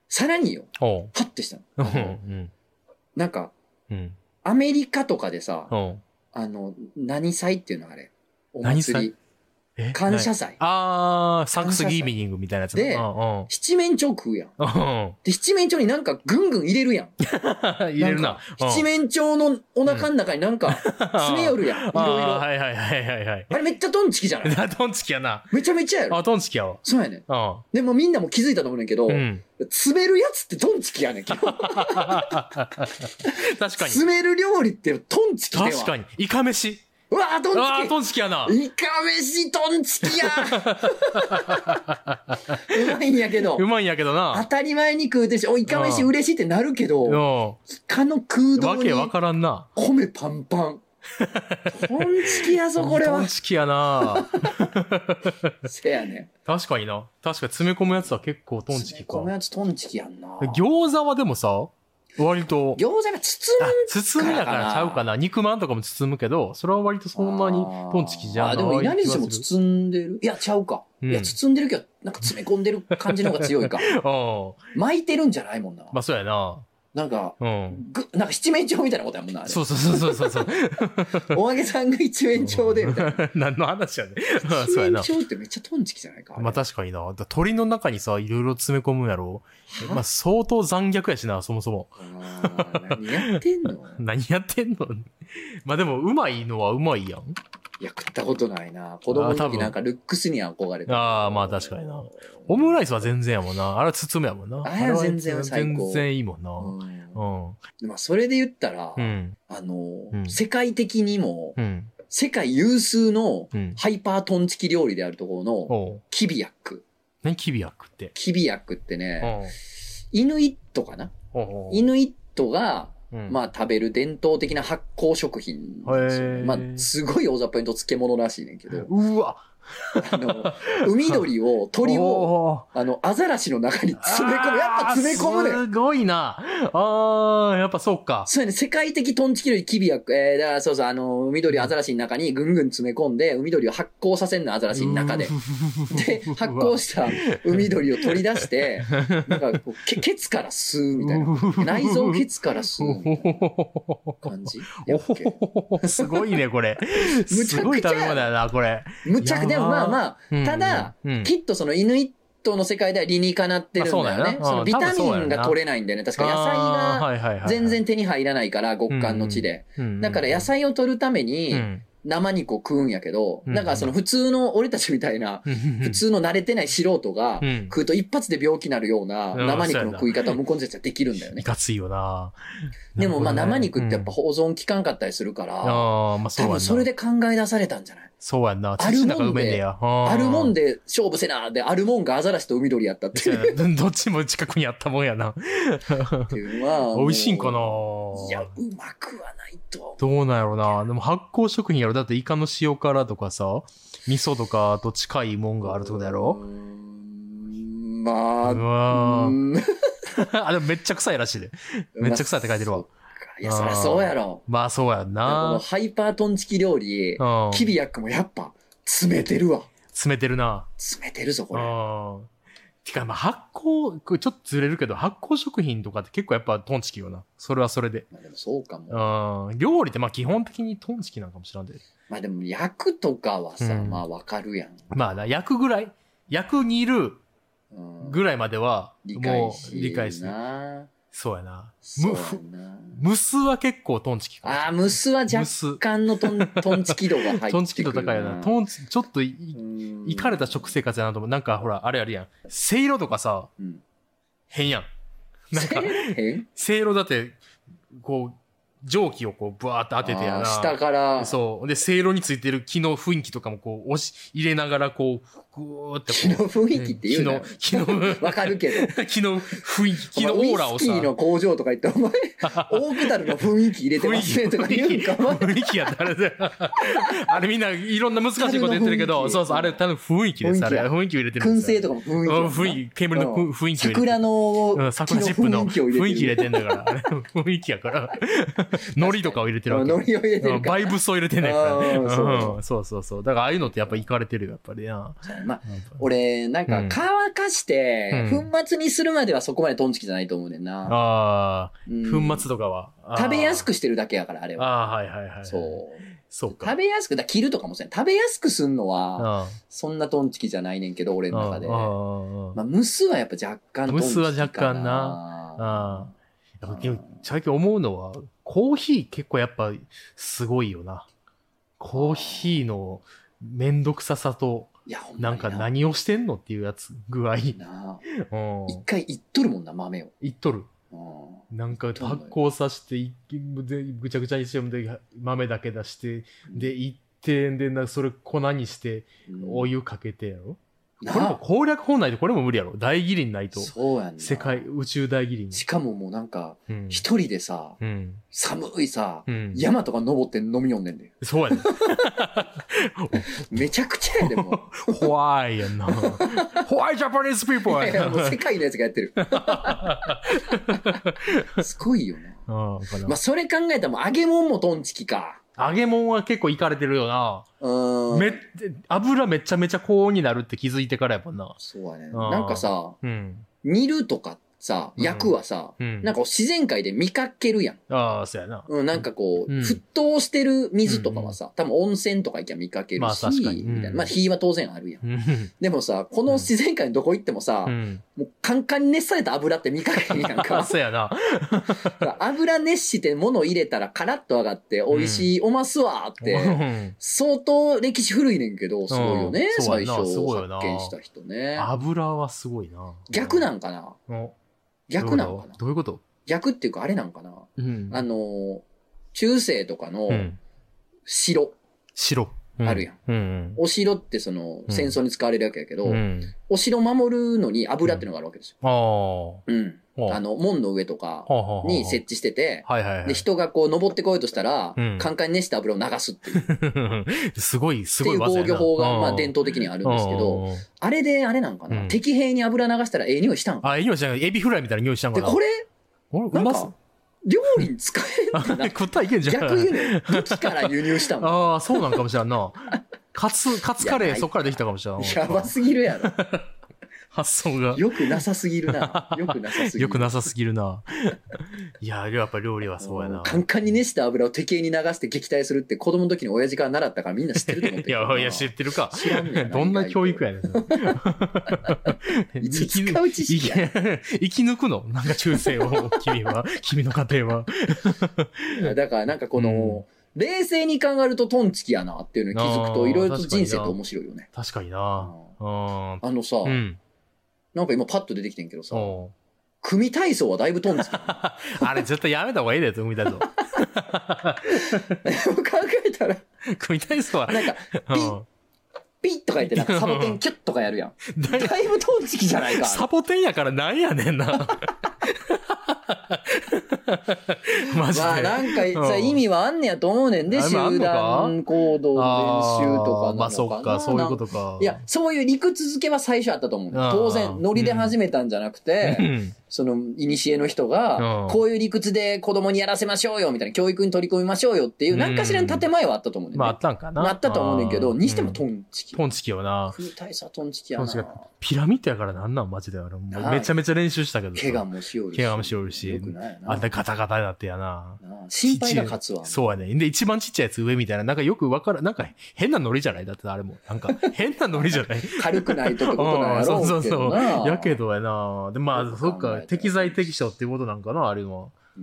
さらによ、パッてしたの。うん、なんか、うん、アメリカとかでさ、あの、何祭っていうのあれ。お祭り。感謝祭。 あー、サンクスギビングみたいなやつで、うん、七面鳥食うやん。うん、で、七面鳥になんかぐんぐん入れるやん。 入れるな。 七面鳥のお腹の中になんか詰め寄るやん。いろいろ。 はいはいはいはいはい。 あれめっちゃトンチキじゃない？ トンチキやな。 めちゃめちゃやろ。 あ、トンチキやわ。 そうやねん。でもみんなも気づいたと思うねんけど、うん、詰めるやつってトンチキやねんけど。確かに。 詰める料理ってトンチキでは。 確かに。イカ飯。 うわぁ、トンチキ。 うわぁ、トンチキやな。 イカ飯トンチキや。うまいんやけど。 うまいんやけどな。 当たり前に食うてし、お、イカ飯嬉しいってなるけど、イカの空洞に。 わけわからんな。 米パンパン。トンチキやぞ、これは。 トンチキやな。 せやね。 確かにな。確かに詰め込むやつは結構トンチキか。 詰め込むやつトンチキやんな。 餃子はでもさ、割と。 餃子が包む包むやからちゃうかな。肉まんとかも包むけど、それは割とそんなにトンチキじゃない。 あ、でも稲荷寿司も包んでる。いや、ちゃうか。うん、いや、包んでるけど、なんか詰め込んでる感じの方が強いか。巻いてるんじゃないもんな。 まあ、そうやな。 なんか、うん、ぐ、なんか七面鳥みたいなことやもんな。 そうそうそうそうそう。 お揚げさんが一面鳥で、みたいな。 何の話やね。 一面鳥ってめっちゃトンチキじゃないか。 まあ確かにな。鳥の中にさ、いろいろ詰め込むんやろ。まあ相当残虐やしな、そもそも。 何やってんの何やってんのまあでも、うまいのはうまいやん。 いや、食ったことないな。子供の時なんかルックスに憧れて。 ああ、まあ確かにな。オムライスは全然やもんな。あれは包むやもんな。 あれは全然最高。 全然いいもんな。 うん。まあそれで言ったら、うん、あの、うん、世界的にも、うん、世界有数のハイパートンチキ料理であるところの、キビヤック。 何キビヤックって？ キビヤックってね、イヌイットかな？イヌイットが、うん、まあ食べる伝統的な発酵食品なんですよ。まあすごい大雑把にと漬物らしいねんけど。 うわあの、海鳥を、鳥を、あの、アザラシの中に詰め込む。やっぱ詰め込むね。 すごいな。ああ、やっぱそうか。 そうやね。世界的トンチキ料理キビヤック。えー、だからそうそう、あの、海鳥アザラシの中にぐんぐん詰め込んで、海鳥を発酵させんの、アザラシの中で。で、発酵した海鳥を取り出して、なんかこう、ケ、ケツから吸うみたいな。内臓ケツから吸うみたいな感じ。 すごいね、これ。すごい食べ物だよな、これ。 むちゃくちゃ。まあまあ、ただ、うんうん、きっとそのイヌイットの世界では理にかなってるんだよね。まあ、そのビタミンが取れないんだよね。確か野菜が全然手に入らないから、極寒の地で。だから野菜を取るために、生肉を食うんやけど、なんかその普通の俺たちみたいな、普通の慣れてない素人が食うと一発で病気になるような生肉の食い方を向こうの人たちはできるんだよね。 いかついよな。 でもまあ生肉ってやっぱ保存期間かったりするから、多分それで考え出されたんじゃない？ そうやんな。 あるもんで、あるもんで勝負せな。で、あるもんがアザラシと海鳥やったっていう。 どっちも近くにあったもんやな。っていうのは。美味しいんかな？ いや、うまくはないと。 どうなんやろな。でも発酵食品やろ。だってイカの塩辛とかさ、味噌とかと近いもんがあるってことやろ？うーん、まあ。うわー。あ、でもめっちゃ臭いらしいで。めっちゃ臭いって書いてるわ。 いや、そりゃそうやろ。 まあそうやんな。このハイパートンチキ料理、キビヤックもやっぱ、詰めてるわ。 詰めてるな。 詰めてるぞ、これ。 てか、まあ発酵、これちょっとずれるけど、発酵食品とかって結構やっぱトンチキよな。それはそれで。 まあでもそうかも。 うん。料理ってまあ基本的にトンチキなんかもしれんで。 まあでも焼くとかはさ、うん、まあわかるやん。 まあな、焼くぐらい、焼く煮るぐらいまでは、もう理解する。そうやな。 そうやな。 ムスは結構トンチキか。 ああ、ムスは若干のトン、トンチキ度が入ってくる。 トンチキ度高いよな。トンチ、ちょっとい、いかれた食生活やなと思う。なんかほら、あれあるやん。せいろとかさ、うん、変やん。なんか、せいろだって、こう、蒸気をこう、ブワーって当ててやな。 下から。 そう。で、せいろについてる木の雰囲気とかもこう、押し、入れながらこう、ぐーってこう。木の雰囲気って言うの木の、木の、 わかるけど。 木の雰囲気、木のオーラをさ。 ウイスキーの工場とか言って、お前、大くだるの雰囲気入れてますねとか言うんか、 雰囲気やったらね。あれみんないろんな難しいこと言ってるけど、そうそう、あれ多分雰囲気です。あれ、雰囲気を入れてるんですよ。 燻製とかも雰囲気。 雰囲気、煙の雰囲気を入れてる。 桜の、 桜チップの雰囲気入れてんだから。雰囲気やから。 ノリとかを入れてるわけ。 ノリを入れてるか。 バイブスを入れてんねんから。そうそうそうそう。だからああいうのってやっぱいかれてるよ、やっぱりな。 まあ、俺、なんか乾かして、粉末にするまではそこまでトンチキじゃないと思うねんな。 ああ、粉末とかは。 食べやすくしてるだけやから、あれは。 ああ、はいはいはい。 そう。 そうか。 食べやすく、だ切るとかもそうや。食べやすくすんのは、そんなトンチキじゃないねんけど、俺の中で。まあ、蒸すはやっぱ若干トンチキかな。蒸すは若干な。ああ。最近思うのは、コーヒー結構やっぱすごいよな。コーヒーのめんどくささと、なんか何をしてんのっていうやつ、具合。一回いっとるもんな、豆を。いっとる。なんか発酵させて、ぐちゃぐちゃにしてで豆だけ出して、で、いってんで、それ粉にして、お湯かけてやろ。これも攻略本ないとこれも無理やろ。大義林ないと。そうやんな。世界、宇宙大義林。しかももうなんか、一人でさ、寒いさ、山とか登って飲みよんねんで。そうやね。めちゃくちゃやで、もう。ホワイやんな。ホワイジャパニーズピーポーや。いや、もう世界のやつがやってる。すごいよね。まあ、それ考えたらもう揚げ物もトンチキか。揚げ物は結構いかれてるよな。うん。め、油めちゃめちゃ高温になるって気づいてからやもんな。そうやね。なんかさ、うん、煮るとかさ、焼くはさ、うん、なんか自然界で見かけるやん。ああ、そうやな。うん、なんかこう、うん、沸騰してる水とかはさ、うん、多分温泉とか行きゃ見かけるし、まあ確かに。みたいな。まあ火は当然あるやん。うん、でもさ、この自然界のどこ行ってもさ、うん、もうカンカンに熱された油って見かけへんやんか。そうやな。油熱して物を入れたらカラッと上がって美味しいおますわって、うん、相当歴史古いねんけど、すごいよね。うん、最初発見した人ね。油はすごいな。逆なんかな。うん逆なのかなどういうこと逆っていうかあれなんかな、うん、あの、中世とかの城。城。あるやん。うんうん、お城ってその戦争に使われるわけやけど、うん、お城守るのに油っていうのがあるわけですよ。うん。うんあの、門の上とかに設置してて、で、人がこう登ってこようとしたら、うん、カンカンに熱した油を流すっていう。すごい、すごい。っていう防御法が、まあ伝統的にあるんですけど、あれであれなんかな、うん、敵兵に油流したらええ匂いしたんかあ、ええ匂いしたんかエビフライみたいな匂いしたんかなで、これ、なんか、料理に使えるんだな。食ったらいけんじゃん。逆輸入。武器から輸入したんだ。ああ、そうなんかもしれんな。カツ、カツカレーそっからできたかもしれん。やばすぎるやろ。発想が。よくなさすぎるな。よくなさすぎる。よくなさすぎるな。いや、やっぱ料理はそうやな。カンカンに熱した油を敵兵に流して撃退するって子供の時に親父から習ったからみんな知ってると思ってる。いや、いや、知ってるか。知らんねん。どんな教育やねん。いつ使う知識や。生き抜くのなんか中世を、君は、君の家庭は。だからなんかこの、うん、冷静に考えるとトンチキやなっていうのに気づくと、いろいろと人生って面白いよね。確かにな。あのさ、うんなんか今パッと出てきてんけどさ、組体操はだいぶトンチキ。あれ絶対やめた方がいいだよ、組体操。考えたら。組体操は。なんか、ピッ、ピッとか言ってなんかサボテンキュッとかやるやん。だいぶトンチキじゃないか。サボテンやからなんやねんな。マジで。まあなんかさ、意味はあんねやと思うねんで、集団行動練習とかなのかな。まあそっか、そういうことか。いや、そういう理屈付けは最初あったと思う。当然、ノリで始めたんじゃなくて、その、いにしえの人が、こういう理屈で子供にやらせましょうよ、みたいな、教育に取り込みましょうよっていう、何かしらの建前はあったと思うねん。まああったんかな。あったと思うねんけど、にしてもトンチキ。トンチキよな。組体操トンチキやな。ピラミッドやからなんなんマジで。めちゃめちゃ練習したけど。怪我もしおるし。怪我もしおるし。あんたガタガタになってやな。心配が勝つわ。そうやね。で、一番ちっちゃいやつ上みたいな、なんかよくわからん、なんか変なノリじゃないだってあれも。なんか変なノリじゃない軽くないとってことなんやろうけどな。そうそうそう。やけどやな。で、まあ、そっか、適材適所っていうことなんかな、あれは。うん。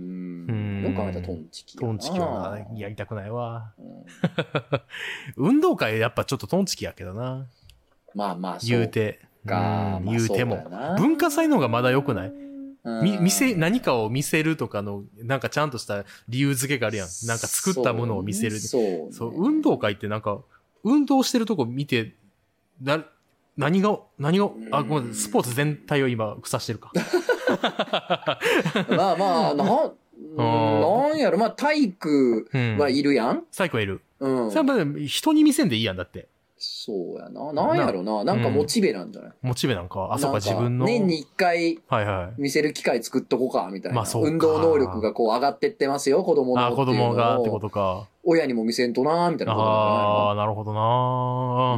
よく考えたらトンチキ。トンチキはやりたくないわ。運動会やっぱちょっとトンチキやけどな。まあまあ、言うて。が、言うても。文化祭の方がまだ良くないみ、見せ、何かを見せるとかの、なんかちゃんとした理由付けがあるやん。なんか作ったものを見せる。そう、ね。そう、運動会ってなんか、運動してるとこ見て、な、何が、何が、あ、ごめん、スポーツ全体を今、腐してるか。まあまあ、な、なんやろ、まあ体育はいるやん、うん、体育はいる。うん。それは人に見せんでいいやんだって。 そうやな。なんやろな。なんかモチベなんじゃない、 うん、モチベなんか。あ、そうか、自分の。 年に一回、見せる機会作っとこうか、みたいな。まあそうか。運動能力がこう上がってってますよ、子供の。 あ、子供がってことか。 親にも見せんとな、みたいなことなんじゃないの？ ああ、なるほどな。 うん。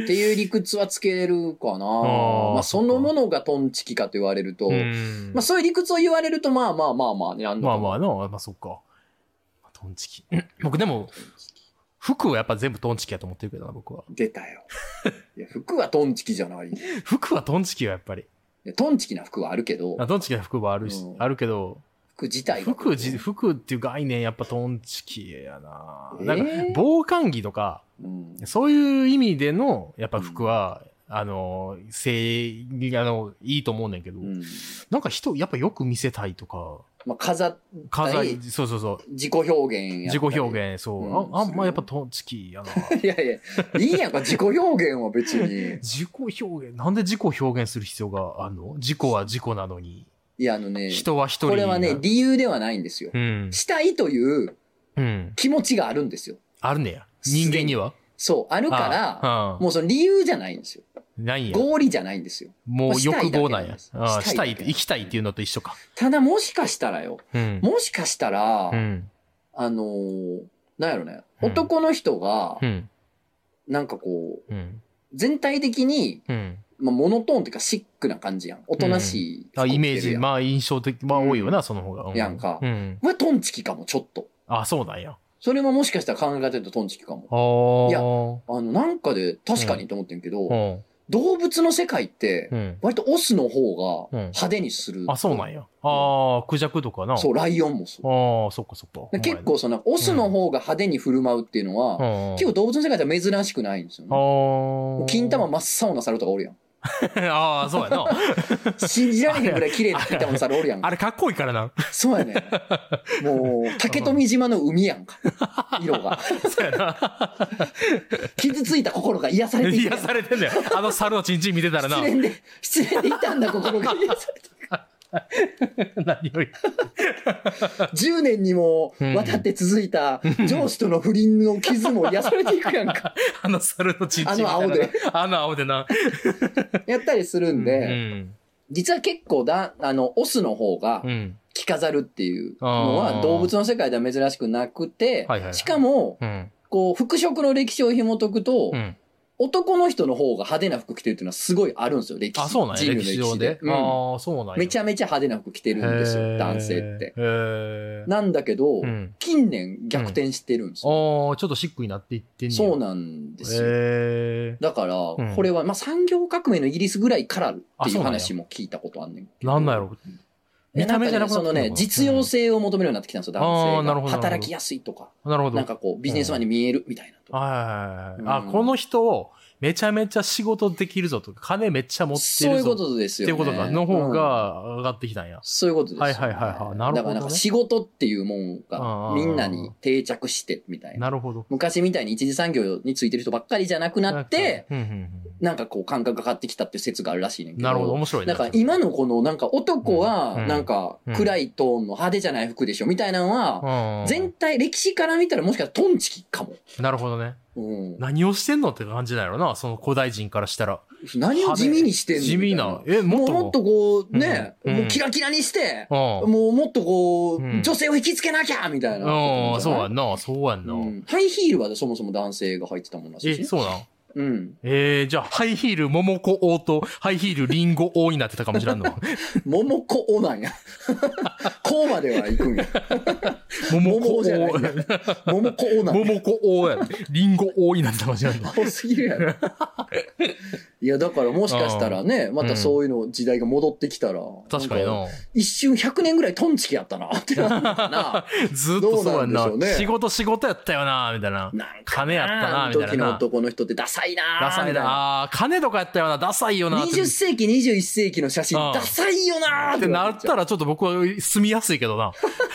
っていう理屈はつけるかな。まあそのものがトンチキかと言われると、まあそういう理屈を言われると、まあまあまあまあ、なんまあまあの、まあそっか。トンチキ。僕でも、服はやっぱ全部トンチキやと思ってるけどな、僕は。 出たよ。いや、服はトンチキじゃない。 服はトンチキはやっぱり。 いやトンチキな服はあるけど。 あトンチキな服はあるし、うん、あるけど。 服自体が。服じ、服っていう概念やっぱトンチキやな。えー、なんか、防寒着とか、うん、そういう意味での、やっぱ服は、うん、あの、正義、あの、いいと思うねんけど、うん、なんか人、やっぱよく見せたいとか、 まあ、飾ったり、 そうそうそう。 自己表現や自己表現、そう。うん、あ、あんまあ、やっぱトンチキやな。 いやいや、いいやんか、自己表現は別に。 自己表現なんで自己表現する必要があるの？自己は自己なのに。 いや、あのね。 人は一人。 これはね、理由ではないんですよ。うん、したいという気持ちがあるんですよ。 うん、あるねや。人間には。 そう、あるから、ああもうその理由じゃないんですよ。 ないや。 合理じゃないんですよ。 もう欲望なんや。ああしたい、行きたいっていうのと一緒か。 ただもしかしたらよ。うん、もしかしたら、うん、あのー、なんやろね。うん、男の人が、うん、なんかこう、うん、全体的に、うんまあ、モノトーンっていうかシックな感じやん。おとなしい、 うん。あ、イメージ、まあ印象的、まあ多いよな、うん、その方が。うん、 やんか。うん。まあ、トンチキかも、ちょっと。 あ、そうなんや。 それももしかしたら考え方で言うとトンチキかも。いや、あの、なんかで確かにと思ってんけど、うん、動物の世界って、割とオスの方が派手にする。 うん、あ、そうなんや。ああ、クジャクとかな。 そう、ライオンもそう。 ああ、そっかそっか。 結構その、オスの方が派手に振る舞うっていうのは、うん、結構動物の世界では珍しくないんですよね。ああ。金玉真っ青な猿とかおるやん。 ああ、そうやな。 信じられへんぐらい綺麗な金玉の猿おるやん。 あれかっこいいからな。 そうやね。もう、竹富島の海やんか。色が。そうやな。傷ついた心が癒されてる。癒されてんだよ。あの猿のチンチン見てたらな。 失恋で、失恋で傷んだ心が癒されてる。 何よりじゅうねんにも渡って続いた上司との不倫の傷も癒されていくやんか。 あの猿のチンチンみたいな。 あの青で。 あの青でな。 やったりするんで、うんうん、実は結構だ、あの、オスの方が着飾るっていうのは動物の世界では珍しくなくて、しかも、うん、こう、服飾の歴史を紐解くと、うん男の人の方が派手な服着てるっていうのはすごいあるんですよ、歴史。 あ、そうなんや、 人類の歴史で。 うん、ああ、そうなんや。 めちゃめちゃ派手な服着てるんですよ、男性って。へなんだけど、うん、近年逆転してるんですよ。 うん、ああ、ちょっとシックになっていってんねそうなんですよ。へだから、これは、まあ、産業革命のイギリスぐらいからっていう話も聞いたことあんねんけど。 なんなんやろ見た目じゃなくて、 そのね、実用性を求めるようになってきたんですよ、男性が。働きやすいとか。 なるほど。 なんかこう、ビジネスマンに見えるみたいな。 はいはいはい。あ、この人を、めちゃめちゃ仕事できるぞとか、金めっちゃ持ってるぞ。 そういうことですよね。 っていうことか、の方が上がってきたんや。 そういうことですよね。 はいはいはいはい。なるほど、ね。 だからなんか仕事っていうもんがみんなに定着してみたいな。 なるほど。 昔みたいに一次産業についてる人ばっかりじゃなくなって、なんかこう感覚が変わってきたっていう説があるらしいねんけど。 なるほど、面白いね。 だから今のこのなんか男はなんか暗いトーンの派手じゃない服でしょみたいなのは、全体歴史から見たらもしかしたらトンチキかも。 なるほどね。 うん、 何をしてんのって感じだよな、その古代人からしたら。 何を地味にしてんの地味な。え、 もっと。もうもっとこう、ね、うん、もうキラキラにして、うん、もうもっとこう、うん、女性を引きつけなきゃみたいな。 ああ、そうやんな、そうやんな、うん。 ハイヒールはそもそも男性が履いてたもんなし。 え、そうなんうん。 えー、じゃあ、ハイヒール、桃子王と、ハイヒール、リンゴ王になってたかもしれんの桃子王なんや。こうまでは行くんや。 桃子王じゃない。桃子王なんや。 桃子王や。リンゴ王になってたかもしれんの。 多すぎるやろ。いや、だからもしかしたらね、またそういうの時代が戻ってきたら。 確かにな。 一瞬ひゃくねんぐらいトンチキやったな、ってなるな。 ずっとそうやんな。仕事仕事やったよな、みたいな。金やったな、みたいな。 時の男の人ってダサいなダサいなああ、金とかやったよな、ダサいよな。 にじゅっせいき、にじゅういっせいきの写真、ダサいよなってなったらちょっと僕は住みやすいけどな。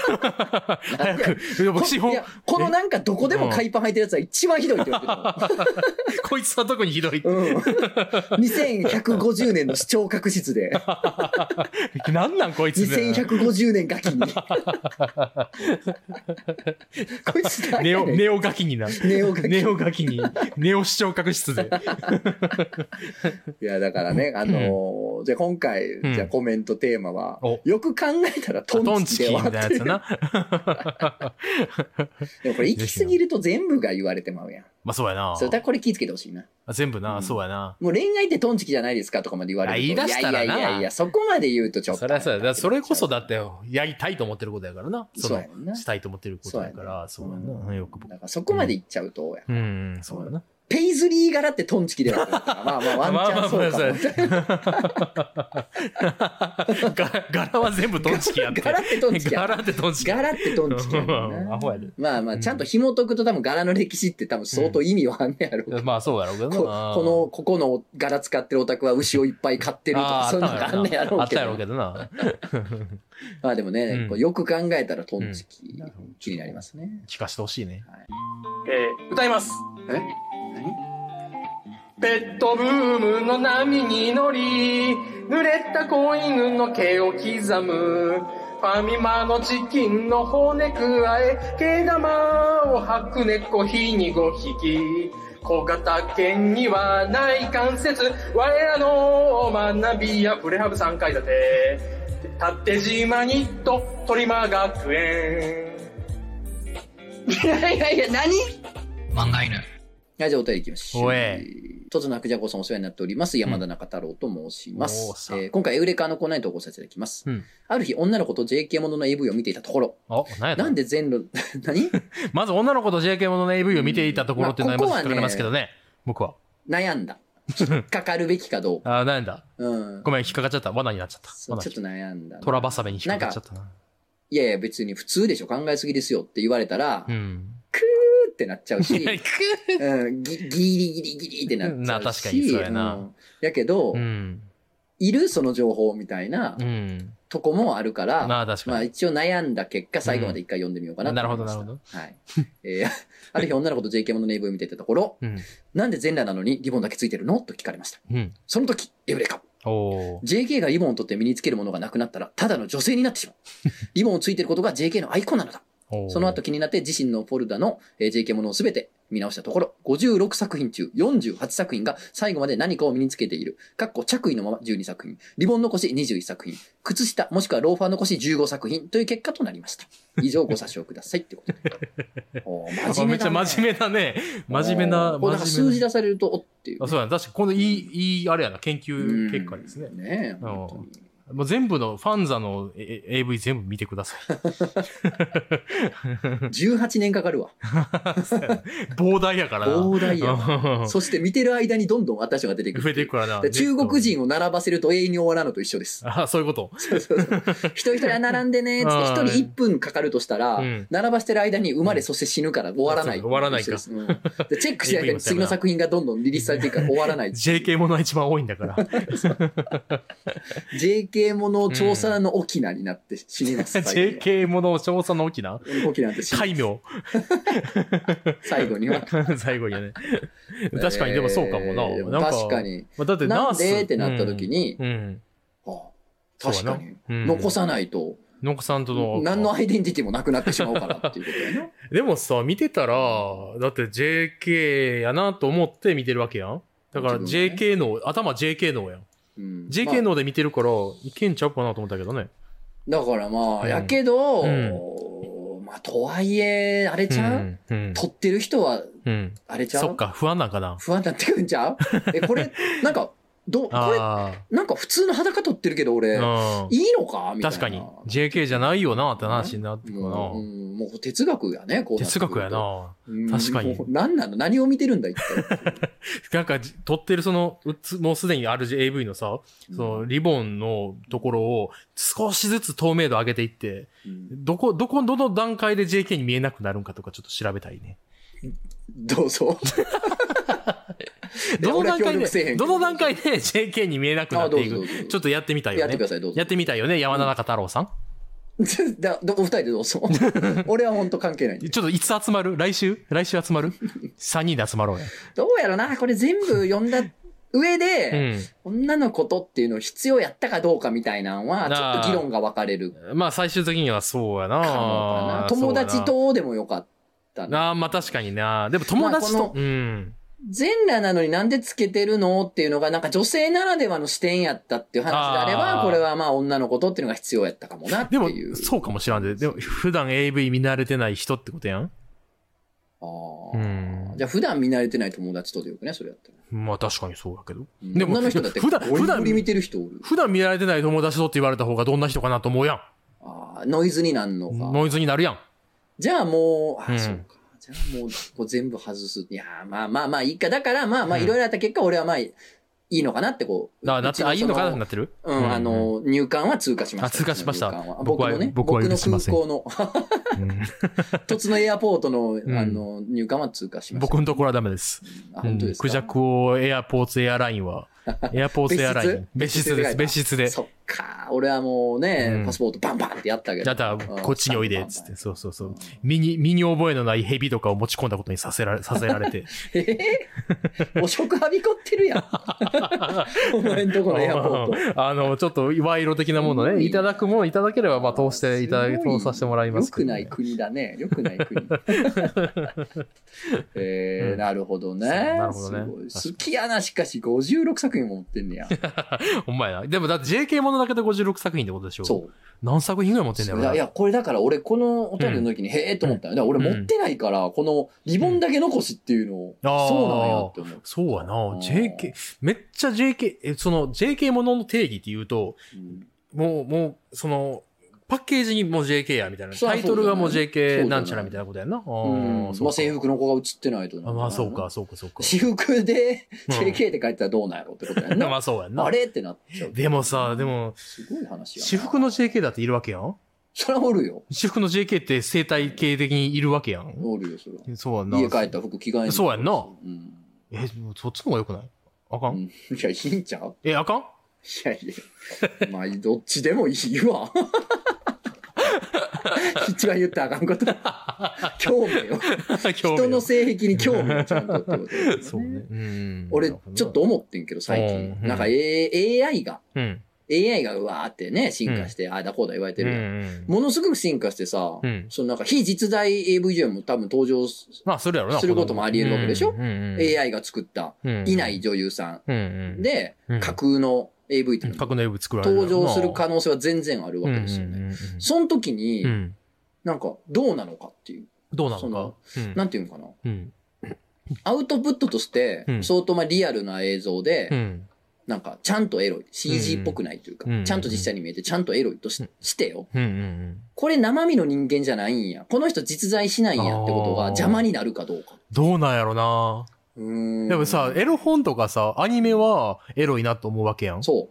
早く、資本。いや、 このなんかどこでも海パン履いてるやつは一番ひどいって言われてる。こいつは特にひどい。 うん。にせんひゃくごじゅうねんの視聴覚室で。 なんなんこいつ。 にせんひゃくごじゅうねんガキに。こいつだネオ、ネオガキにな。 ネオガキ。 ネオガキに。ネオ視聴覚室で。 いや、だからね、あのーうん、じゃあ今回、うん、じゃあコメントテーマは、よく考えたらトンチキで終わってる。トンチキみたいなやつな。でもこれ行き過ぎると全部が言われてまうやん。 まあそうやな。 それだこれ気ぃつけてほしいな。 全部な、うん、そうやな。 もう恋愛ってトンチキじゃないですかとかまで言われると。 言い出したらな。 いやいやいやいや、そこまで言うとちょっと。 それはそうや。それこそだってやりたいと思ってることやからな。 そうやな。 したいと思ってることやから、そうやな。 うん、よくだからそこまで言っちゃうとや、 うん、うん、そうやな。 ペイズリー柄ってトンチキではあるから、まあまあワンチャンそうかも。 柄は全部トンチキやって。 柄ってトンチキや。 柄ってトンチキ。 柄ってトンチキや。 アホやで。 まあまあ、ちゃんと紐解くと多分柄の歴史って多分相当意味はあんねやろう。 まあそうやろうけどな。 この、ここの柄使ってるオタクは牛をいっぱい飼ってるとか、そういうのがあんねやろうけど。 あったやろうけどな。 まあでもね、よく考えたらトンチキ気になりますね。 聞かしてほしいね。 えー、歌います。 え？ ペットブームの波に乗り、濡れた子犬の毛を刻む。ファミマのチキンの骨加え、毛玉を吐く猫ひにごひき。小型犬にはない関節、我らの学びやプレハブさんかい建て。縦島ニットトリマー学園。 いやいやいや、何？ 漫画犬。 はい、じゃあお便りいきましょう。 おえ。 とつのくじゃこさんお世話になっております。山田中太郎と申します。うんえー、今回エウレカのコーナーに投稿させていただきます。うん、ある日、女の子と ジェーケー ものの エーブイ を見ていたところ。 あ、何やったなんで全路、何まず女の子と ジェーケー ものの エーブイ を見ていたところっていうのはまず引っかかりますけどね。僕は。 悩んだ。引っかかるべきかどうか。 あ、悩んだ。 うん。 ごめん、引っかかっちゃった。罠になっちゃった。 ちょっと悩んだ。 トラバサメに引っかかっちゃったな。 いやいや、別に普通でしょ。考えすぎですよって言われたら、 うん、 クーってなっちゃうし、うん、ギリギリギリってなっちゃうし。 な、確かにそうやな。うん、 やけど、 うん、 いるその情報みたいな、うん、とこもあるから、 まあ確かに。 まあ一応悩んだ結果、最後まで一回読んでみようかなと思いました。 うん、なるほど、なるほど。はい。えー、ある日女の子と ジェーケー ものの エーブイ を見ていたところ、うん、なんで全裸なのにリボンだけついてるのと聞かれました。うん、その時、エウレカ。ジェーケー がリボンを取って身につけるものがなくなったら、ただの女性になってしまう。リボンをついてることが ジェーケー のアイコンなのだ。その後気になって自身のフォルダの ジェーケー ものをすべて見直したところ、ごじゅうろくさく品中よんじゅうはちさく品が最後まで何かを身につけている。かっこ着衣のままじゅうにさく品、リボン残しにじゅういっさく品、靴下もしくはローファー残しじゅうごさく品という結果となりました。以上ご査証くださいってことで。お真面目だね。 めっちゃ真面目だね。真面目な。 これ数字出されると、おっていう、ね。 あ、そうやな。確かに、このいい、いい、あれやな、研究結果ですね。 ねえ。本当にもう全部のファンザの エーブイ 全部見てください。 じゅうはちねんかかるわ。 膨大やからな。 膨大やな。そして見てる間にどんどん新しいのが出てくる。 増えていくからな。 中国人を並ばせると永遠に終わらんのと一緒です。 あ、そういうこと。 そうそうそう。一人一人並んでね、つって一人いっぷんかかるとしたら、うん、並ばしてる間に生まれ、そして死ぬから終わらない。 終わらないか。うん、 でチェックしないと次の作品がどんどんリリースされていくから終わらない。 ジェーケー ものが一番多いんだから。 ジェーケー もの調査の沖縄になって死にます。 ジェーケー もの調査の沖縄沖縄って死にます。 戒名。 最後には。 最後にはね。確かにでもそうかもな。 えー、なんか確かに。 まあ、だってナースなんでってなった時に、 うんうんああ確かに、うん、残さないと。 残さんとの。 何のアイデンティティもなくなってしまうからっていうことやな。 でもさ、見てたら、だって ジェーケー やなと思って見てるわけやん。だから ジェーケー の、頭 ジェーケー のやん。うん、ジェーケー ので見てるから、いけんちゃうかなと思ったけどね。 だからまあ、うん、やけど、うん、まあ、とはいえ、あれちゃう、うんうん、撮ってる人は、あれちゃう、 そっか、不安なんかな。 不安になってくんちゃうえ、これ、なんか、ど、これ、なんか普通の裸撮ってるけど俺、いいのかみたいな。 確かに。ジェーケー じゃないよなって話になってくるな。 うん、もう哲学やね、こう。 哲学やな。確かに。 何なの何を見てるんだ、一体。なんか、撮ってるその、もうすでにある エーブイ のさ、その、リボンのところを少しずつ透明度上げていって、うん、どこ、どこ、どの段階で ジェーケー に見えなくなるんかとかちょっと調べたいね。 どうぞ。 どの段階で、どの段階で ジェーケー に見えなくなっていく。ちょっとやってみたいよね。 やってください、どうぞ。 やってみたいよね、山田中太郎さん。 だお二人でどうぞ。俺は本当関係ない。 ちょっといつ集まる？来週来週集まる ?さん 人で集まろうや。 どうやろなこれ全部読んだ上で、うん、女の子とっていうのを必要やったかどうかみたいなのは、ちょっと議論が分かれる。 まあ最終的にはそうやな。かな友達とでもよかったな。あまあ確かにな。でも友達と、まあ、うん。 全裸なのになんでつけてるのっていうのがなんか女性ならではの視点やったっていう話であれば、これはまあ女の子とっていうのが必要やったかもなっていう。 でも、そうかもしらんで。でも普段 エーブイ 見慣れてない人ってことやん。 ああ、うん。じゃあ普段見慣れてない友達とでよくね、それやったら。 まあ確かにそうだけど。 うん、でも、女の人だって普段、普段見てる人おる。 普段見られてない友達とって言われた方がどんな人かなと思うやん。 ああ、ノイズになんのか。 ノイズになるやん。 じゃあもう、ああ、うん、そうか。じゃあもう、こう全部外す。いやー、まあまあまあいいか。だからまあまあいろいろあった結果、俺はまあ、いいのかなってこう。 あ、なって、あ、いいのかなってなってる？ うん、あの、入管は通過しました。 あ、通過しました。 僕のね、僕の空港の、凸のエアポートの、あの、入管は通過しました。 僕のところはダメです。 あ、本当ですか？ クジャクオエアポーツエアラインは、エアポーツエアライン。別室です、別室で。 そっか。俺はもうね、パスポートバンバンってやったけど。 やったら、こっちにおいで、つって。そうそうそう。身に、身に覚えのない蛇とかを持ち込んだことにさせられ、させられて。 えぇお食はびこってるやん。お前んとこのエアポート。 あの、ちょっと、賄賂的なものね、いただくものいただければ、まあ、通していただき、通させてもらいますけど、ね。よくない国だね。よくない国。えー、なるほどね。 なるほどね。 好きやな、しかしごじゅうろくさくひんも持ってんねや。 ほんまやな。でもだって ジェーケー ものだけでごじゅうろくさくひんってことでしょ？ そう。 何作品ぐらい持ってんだよな。いや、これだから俺このお便りの時に、うん、へえと思ったよ。だから俺持ってないから、このリボンだけ残しっていうのを、うん、そうなんやって思う。 そうやな。ジェーケー、めっちゃ ジェーケー、え、その ジェーケー ものの定義って言うと、うん、もう、もう、その、パッケージにもう ジェーケー やみたいな。タイトルがもう ジェーケー なんちゃらみたいなことやんな。 うん。まあ制服の子が映ってないと。 あまあそうか、そうか、そうか。 私服で ジェーケー って書いてたらどうなんやろってことやんな。 まあそうやんな。 あれってなっちゃう。 でもさ、でも、 すごい話や。 私服の ジェーケー だっているわけやん？ それはおるよ。 私服の ジェーケー って生態系的にいるわけやん。 おるよ、それは。 そうやんな。 家帰った服着替えんそうやんな。うん。え、そっちの方が良くない？あかん？いや、いいんちゃう？ え、あかん？いやいや。まあ、どっちでもいいわ。一番言ったらあかんこと。興味よ。人の性癖に興味をちゃんとってことですね。そうね。うん。俺、ちょっと思ってんけど、最近。なんか、A、エーアイ が、うん、エーアイ がうわーってね、進化して、うん、ああだこうだ言われてるやん。うんうん、ものすごく進化してさ、うん、そのなんか非実在 エーブイ 女優も多分登場することもあり得るわけでしょ、うんうんうん、エーアイ が作った、いない女優さん、うんうん、で、うん、架空のエーブイ っていうのが登場する可能性は全然あるわけですよね。うんうんうんうん、その時に、うん、なんかどうなのかっていう。 どうなのか、 うん、なんていうのかな。うん、アウトプットとして、相当まあリアルな映像で、うん、なんかちゃんとエロい。シージー っぽくないというか、うん、ちゃんと実際に見えてちゃんとエロいと し,、うん、してよ、うんうんうん。これ生身の人間じゃないんや。この人実在しないんやってことが邪魔になるかどうか。 どうなんやろな。うーん。でもさ、エロ本とかさ、アニメはエロいなと思うわけやん。 そう。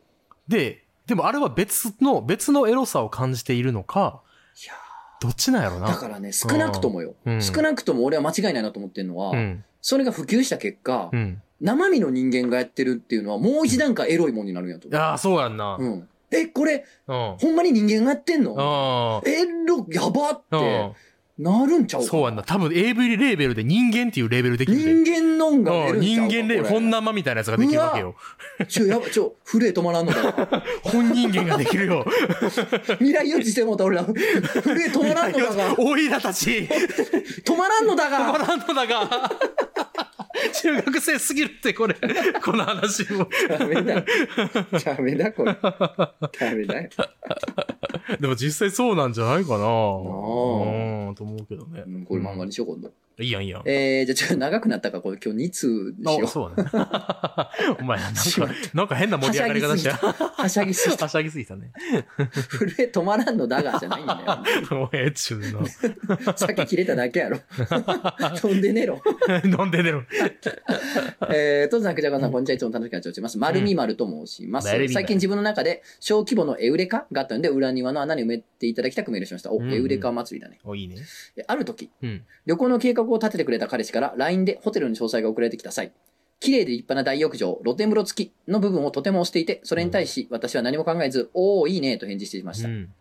で、でもあれは別の、別のエロさを感じているのか、いやどっちなんやろな。 だからね、少なくともよ。うん、少なくとも俺は間違いないなと思ってるのは、うん、それが普及した結果、うん、生身の人間がやってるっていうのはもう一段階エロいもんになるんやと思う。 ああ、そうやんな。 うん。え、これ、うん、ほんまに人間がやってんの？エロ、やばって、なるんちゃうかな。 そうやんな。多分 エーブイ レーベルで人間っていうレーベルできる。 人間のんが出るんちゃうか。 人間レーベル、本生みたいなやつができるわけよ。 ちょ、やば、ちょ、震え止まらんのだわ。 本人間ができるよ。 未来予知してもうた俺ら。震え止まらんのだが。 おいらたち。 止まらんのだが。 止まらんのだが。中学生すぎるってこれ。この話も。 ダメだ。ダメだこれ。ダメだよ。 でも実際そうなんじゃないかな。うん、と思うけどね。 うん、これ漫画にしよう、今度。 いいやんいいやん。 えー、じゃあちょっと長くなったから、これ今日に通にしよう。 あ、そうね。お前、なんか、なんか変な盛り上がり方して。 はしゃぎすぎた。 はしゃぎすぎたね。 震え止まらんのだがじゃないんだよ。 もうええっちゅうの。 さっき切れただけやろ。飛んで寝ろ。 飲んで寝ろ。 えー、とずなくじゃかさん、こんにちは。いつも楽しくなっちゃってます。まるみまると申します。最近自分の中で小規模のエウレカがあったので、裏庭の穴に埋めていただきたくメールしました。お、エウレカ祭りだね。 お、いいね。 ある時、旅行の計画を立ててくれた彼氏から ライン でホテルの詳細が送られてきた際、綺麗で立派な大浴場、露天風呂付きの部分をとても推していて、それに対し私は何も考えず、おーいいねと返事していました。うん、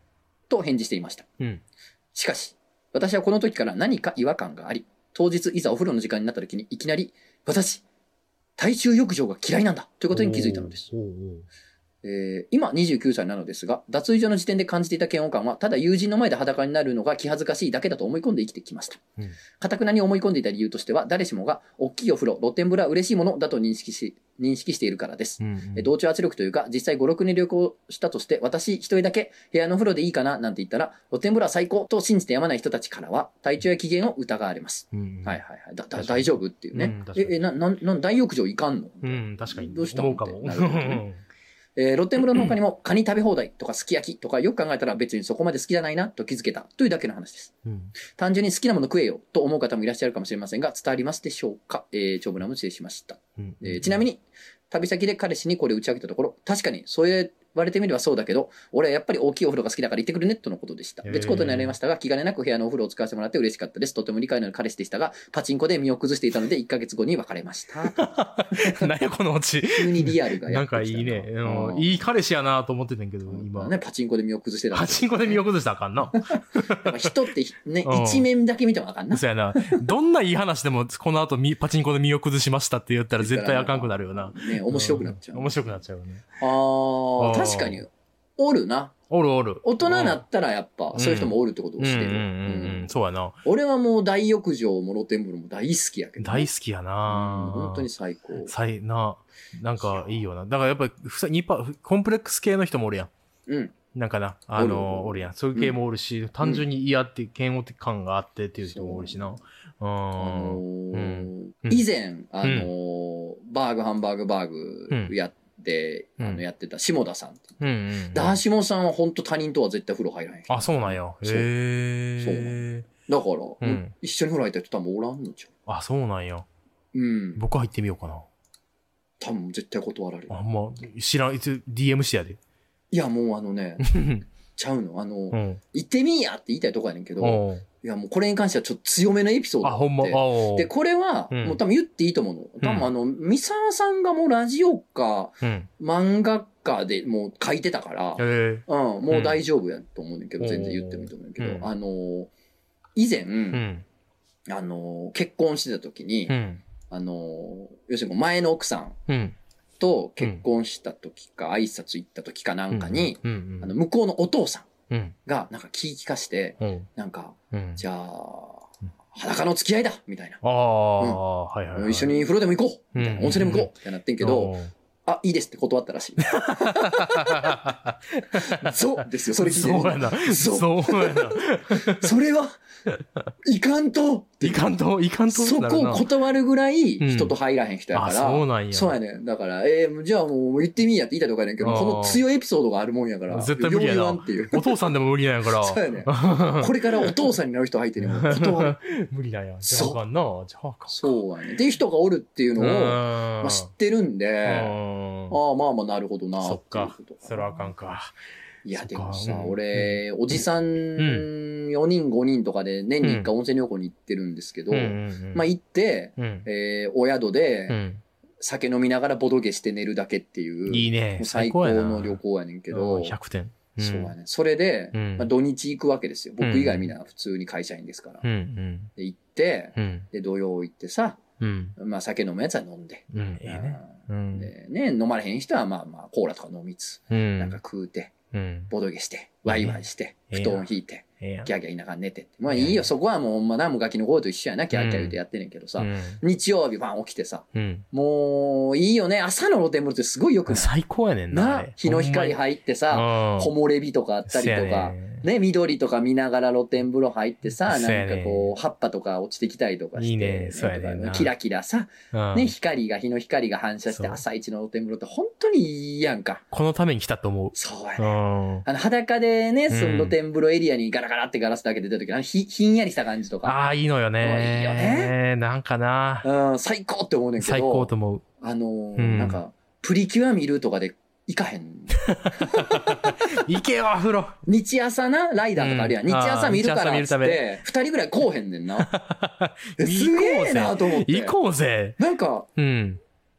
と返事していました。 うん、 しかし、私はこの時から何か違和感があり、当日いざお風呂の時間になった時にいきなり、私、大衆浴場が嫌いなんだということに気づいたのです。えー、今にじゅうきゅうさいなのですが、脱衣所の時点で感じていた嫌悪感は、ただ友人の前で裸になるのが気恥ずかしいだけだと思い込んで生きてきました。かたくなに思い込んでいた理由としては、誰しもが大きいお風呂、露天風呂は嬉しいものだと認識し、認識しているからです。うんうん、同調圧力というか、実際ご、ろくねん旅行したとして、私一人だけ部屋の風呂でいいかななんて言ったら、露天風呂は最高と信じてやまない人たちからは、体調や機嫌を疑われます。うんうん、はいはいはい。だだ大丈夫っていうね。うん、え、え、な、な、な、大浴場行かんの？ うん、確かに。 どうしたのかも。なるほどね。えー、露天風呂の他にもカニ食べ放題とかすき焼きとかよく考えたら別にそこまで好きじゃないなと気づけたというだけの話です。うん、単純に好きなもの食えよと思う方もいらっしゃるかもしれませんが伝わりますでしょうか。えー、長文乱文失礼しました。うんえー、ちなみに旅先で彼氏にこれ打ち明けたところ、確かにそういう言われてみればそうだけど、俺はやっぱり大きいお風呂が好きだから行ってくるねとのことでした。別ことになりましたが、気兼ねなく部屋のお風呂を使わせてもらって嬉しかったです。とても理解のある彼氏でしたが、パチンコで身を崩していたのでいっかげつごに別れました。 何やこのオチ。 急にリアルがやってきたな。 なんかいいね。うん、いい彼氏やなと思ってたんけど、今。 ね、パチンコで身を崩してた。 パチンコで身を崩したらあかんな。 人ってね、一面だけ見てもあかんな。 そうやな。どんないい話でも、この後パチンコで身を崩しましたって言ったら絶対あかんくなるよな。 ね、面白くなっちゃう。 面白くなっちゃうよね。 ああ、確かに。おるな。 おるおる。 大人になったらやっぱ、そういう人もおるってことを知ってる。うん。 そうやな。 俺はもう大浴場も露天風呂も大好きやけど、 ね。大好きやな、 うん、本当に最高。 最、な、なんかいいよな。だからやっぱり、にパ、コンプレックス系の人もおるやん。うん。なんかな、あの、おるやん。そういう系もおるし、うん、単純に嫌って、嫌悪的感があってっていう人もおるしな。うん。あのーうん、以前、あのーうん、バーグハンバーグバーグやって、で、あの、やってた下田さんって。うんうんうん、ダーシモさんは本当他人とは絶対風呂入らへん。 あ、そうなんや。へそう。だから、うん、一緒に風呂入った人多分おらんのちゃう。 あ、そうなんや。 うん。 僕入ってみようかな。 多分絶対断られる。 あんま、知らん、いつ ディーエム してやで。 いや、もうあのね、ちゃうの。あの、うん、行ってみーやって言いたいとこやねんけど、いやもうこれに関してはちょっと強めのエピソードがあって。あ、ほんま。で、これは、うん、もう多分言っていいと思うの。多分あの、三沢さんがもうラジオか、うん、漫画家でもう書いてたから、うん、もう大丈夫やと思うねんけど、うん、全然言ってもいいと思うんだけど、うん、あの、以前、うん、あの、結婚してた時に、うん、あの、要するに前の奥さん、うんと結婚した時か、挨拶行った時かなんかに、あの向こうのお父さんがなんか気利かして、うん、なんか、うん、じゃあ、裸の付き合いだみたいな。ああ、はいはい。一緒に風呂でも行こうみたいな。温泉でも行こうってなってんけど、あ、いいですって断ったらしい。そうですよ、それ聞いてる。 そうやな。そうやな。 それは、いかんと。 いかんと、いかんと。 そこを断るぐらい人と入らへん人やから。 そうなんや。 そうやね。だから、えー、じゃあもう言ってみいやって言いたいとかやねんけど、この強いエピソードがあるもんやから。 絶対無理やな。っていうお父さんでも無理なんやから。 そうやね。これからお父さんになる人入ってるの断る。 無理なんや。じゃああかんな。じゃああかん。 そうやね。っていう人がおるっていうのを、まあ、知ってるんで、ああ、まあまあなるほどな。 そっか。それはあかんか。 いや、でもさ、うん、俺、うん、おじさんよにんごにんとかで年にいっかい温泉旅行に行ってるんですけど、うん、まあ行って、うん、えー、お宿で、酒飲みながらボドゲして寝るだけっていう、 いいね。 最高の旅行やねんけど、 ひゃくてん。 そうやね。それで、まあ、土日行くわけですよ。僕以外みんな普通に会社員ですから。で、行って、で、土曜行ってさ、まあ酒飲むやつは飲んで。でね、飲まれへん人はまあまあコーラとか飲みつつ、なんか食うて、うん、ボドゲして、ワイワイして、布団引いて、ギャーギャー言いながら寝てって。まあいいよ、そこはもうほんまな、もがきの声と一緒やな、キャーキャー言うてやってんねんけどさ、うん、日曜日バン起きてさ、うん、もういいよね、朝の露天風呂ってすごいよくない？ 最高やねんな。 な、日の光入ってさ、木漏れ日とかあったりとか、ね、緑とか見ながら露天風呂入ってさ、なんかこう、葉っぱとか落ちてきたりとかして、いいね、そうやね。キラキラさ、ね、光が、日の光が反射して朝一の露天風呂って本当にいいやんか。 このために来たと思う。 そうやね。あの、裸でね、その露天風呂エリアにガラガラってガラスだけ出た時、あのひ、ひんやりした感じとか。 ああ、いいのよね。いいよね。なんかな。 うん、最高って思うねんけど。 最高と思う。 あの、なんか、プリキュア見るとかで、行かへん。 行けよ、風呂。 日朝な、ライダーとかあるやん。日朝見るからっつって、二人ぐらい来おへんねんな。すげえなと思って。 行こうぜ。 なんか、うん。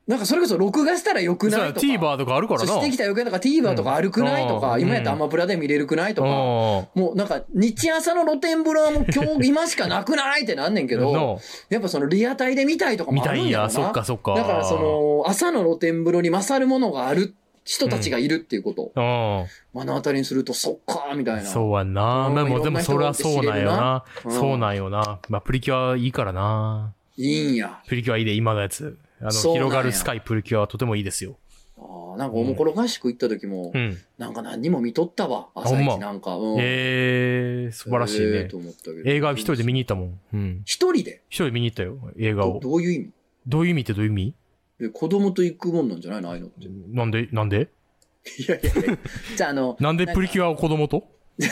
なんかそれこそ録画したらよくないとか。 TVer とかあるからな。 してきたよくないとか TVer とかあるくないとか、うん、今やったらアマプラで見れるくないとか、うん、もうなんか日朝の露天風呂はもう今日今しかなくないってなんねんけど、やっぱそのリアタイで見たいとかもあるんやろな。 見たいや、そっかそっか。 だからその朝の露天風呂に勝るものがある人たちがいるっていうことを、うん、目の当たりにするとそっかーみたいな。 そうやな。まあ、でもそれはそうなんよな。うん、そうなんよな。まあプリキュアいいからな。 いいんや。 プリキュアいいで今のやつ。あの、広がるスカイプリキュアはとてもいいですよ。 ああ、なんかおもころ合宿行った時も、うん、なんか何にも見とったわ。朝一なんか。うん、 ええー、素晴らしいね。えー、と思ったけど映画一人で見に行ったもん。うん。 一人で一人で見に行ったよ、映画を。 ど, どういう意味どういう意味ってどういう意味え、子供と行くもんなんじゃないのああいうのって。 なんでなんでいやいやいや。じゃああの。 なんでプリキュアを子供と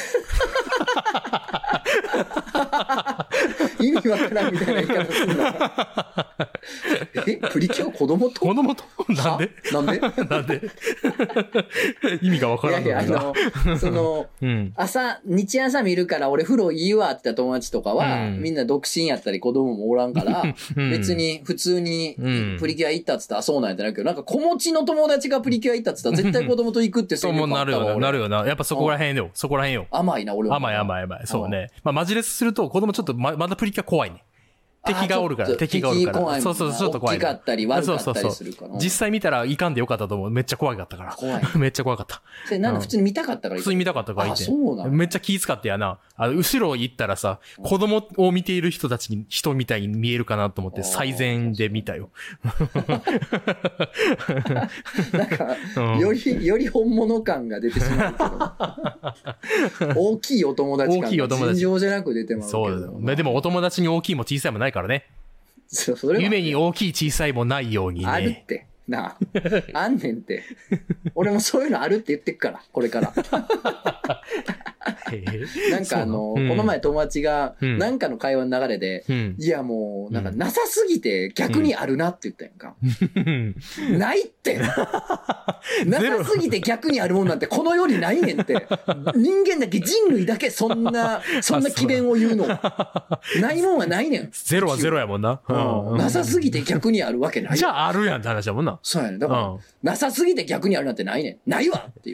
意味わからんみたいな言い方するな。え、プリキュア子供と子供となんでなんでなんで意味がわからんのだな。 いやいや、あの、その、うん、朝、日朝見るから俺風呂いいわって言った友達とかは、うん、みんな独身やったり子供もおらんから、うん、別に普通にプリキュア行ったって言ったらそうなんやってなるけど、なんか子持ちの友達がプリキュア行ったって言ったら絶対子供と行くってそうなるよな、なるよな。やっぱそこら辺よ、そこら辺よ。 甘いな、俺は。 甘い甘い甘い。そうね。まあ、マジレスすると子供ちょっとま、まだプリキュア怖いね。敵がおるから、敵がおるから。そうそうそう、ちょっと怖い、ね。 大きかったり悪かったりするから。そうそうそう。 実際見たらいかんでよかったと思う。めっちゃ怖かったから。 怖い。 めっちゃ怖かった。 それなんだ、普通に見たかったから普通に見たかったからいい。 あ、そうなの。 めっちゃ気遣ってやな。あの、後ろ行ったらさ、子供を見ている人たちに、人みたいに見えるかなと思って最善で見たよ。 なんか、より、より本物感が出てしまうけど。大きいお友達感が。大きいお友達。尋常じゃなく出てますけど。 そうだよ。でもお友達に大きいも小さいもないからね。そそれ夢に大きい小さいもないようにね。 あるって。なあ。あんねんって。俺もそういうのあるって言ってくから、これから。なんかあの、うん、この前友達が、なんかの会話の流れで、うん、いやもう、なんかなさすぎて逆にあるなって言ったやんか。うん、ないってなさすぎて逆にあるもんなんてこの世にないねんって。人間だけ人類だけそんな、そんな詭弁を言うの。ないもんはないねん。 ゼロはゼロやもんな。 うん、なさすぎて逆にあるわけない。 じゃああるやんって話だもんな。 そうやねん。だから、うん、なさすぎて逆にあるなんてないねん。ないわっていう。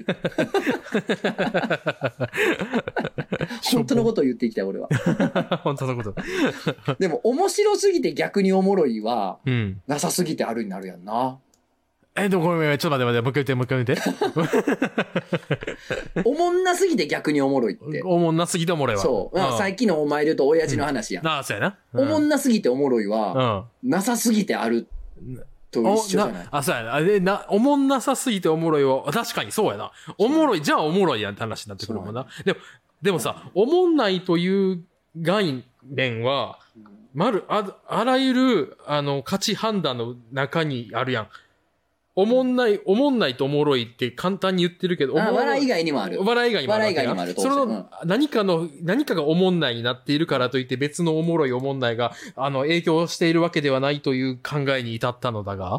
本当のことを言っていきたい俺は。 本当のこと。 でも面白すぎて逆におもろいは、うん、なさすぎてあるになるやんな。 え、でもごめんごめん、ちょっと待って待って、もう一回言って、もう一回言って。 おもんなすぎて逆におもろいって。 おもんなすぎておもろいわ。 そう。うん、さっきのお前で言うと親父の話やん。 うん、ああ、そうやな。 うん、おもんなすぎておもろいは、うん、なさすぎてある。と一緒じゃない。 あ、そうやな。あれ、な、おもんなさすぎておもろいは、確かにそうやな。おもろい、じゃあおもろいやんって話になってくるもんな。でも、でもさ、おもんないという概念は、まる、あ、あらゆる、あの、価値判断の中にあるやん。おもんない、おもんないとおもろいって簡単に言ってるけど、 あ、笑い以外にもある。 笑い以外にもある。 笑い以外にもある。 その、何かの、何かがおもんないになっているからといって別のおもろいおもんないが、あの、影響しているわけではないという考えに至ったのだが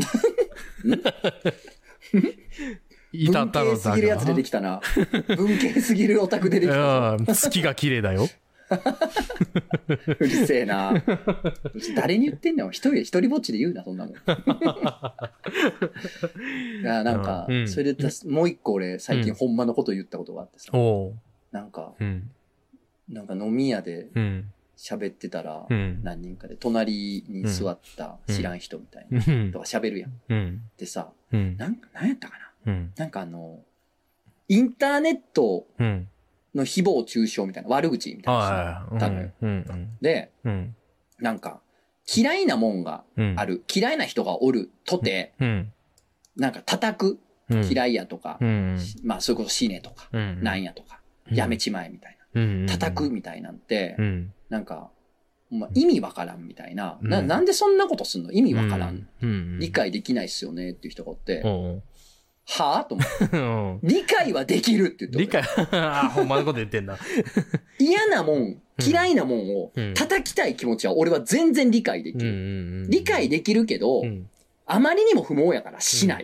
至ったのだが文系すぎるやつ出てきたな。文系すぎるオタク出てきた。 月が綺麗だよ。 うるせえな。誰に言ってんの？一人、一人ぼっちで言うな、そんなの。いや、なんか、うん、それで、もう一個俺、最近ほんまのこと言ったことがあってさ。うん、なんか、うん、なんか飲み屋で喋ってたら、うん、何人かで、隣に座った知らん人みたいな、うん、とか喋るやん。うん、でさ、うん、なんか、なんやったかな、うん、なんかあの、インターネット、うんの誹謗中傷みたいな、悪口みたいなのしたのよ。で、うん、なんか、嫌いなもんがある、うん、嫌いな人がおるとて、うん、なんか叩く、うん、嫌いやとか、うん、まあそういうこと死ねとか、うん、なんやとか、うん、やめちまえみたいな、うん、叩くみたいなんて、うん、なんか、まあ、意味わからんみたいな、うん、な、なんでそんなことすんの意味わからん、うん、理解できないっすよねっていう人がおって、うんはぁと思って。理解はできるって言って。 理解あ、ほんまのこと言ってんだ。 嫌なもん、嫌いなもんを叩きたい気持ちは俺は全然理解できる。理解できるけど、うん、あまりにも不毛やからしない。うん、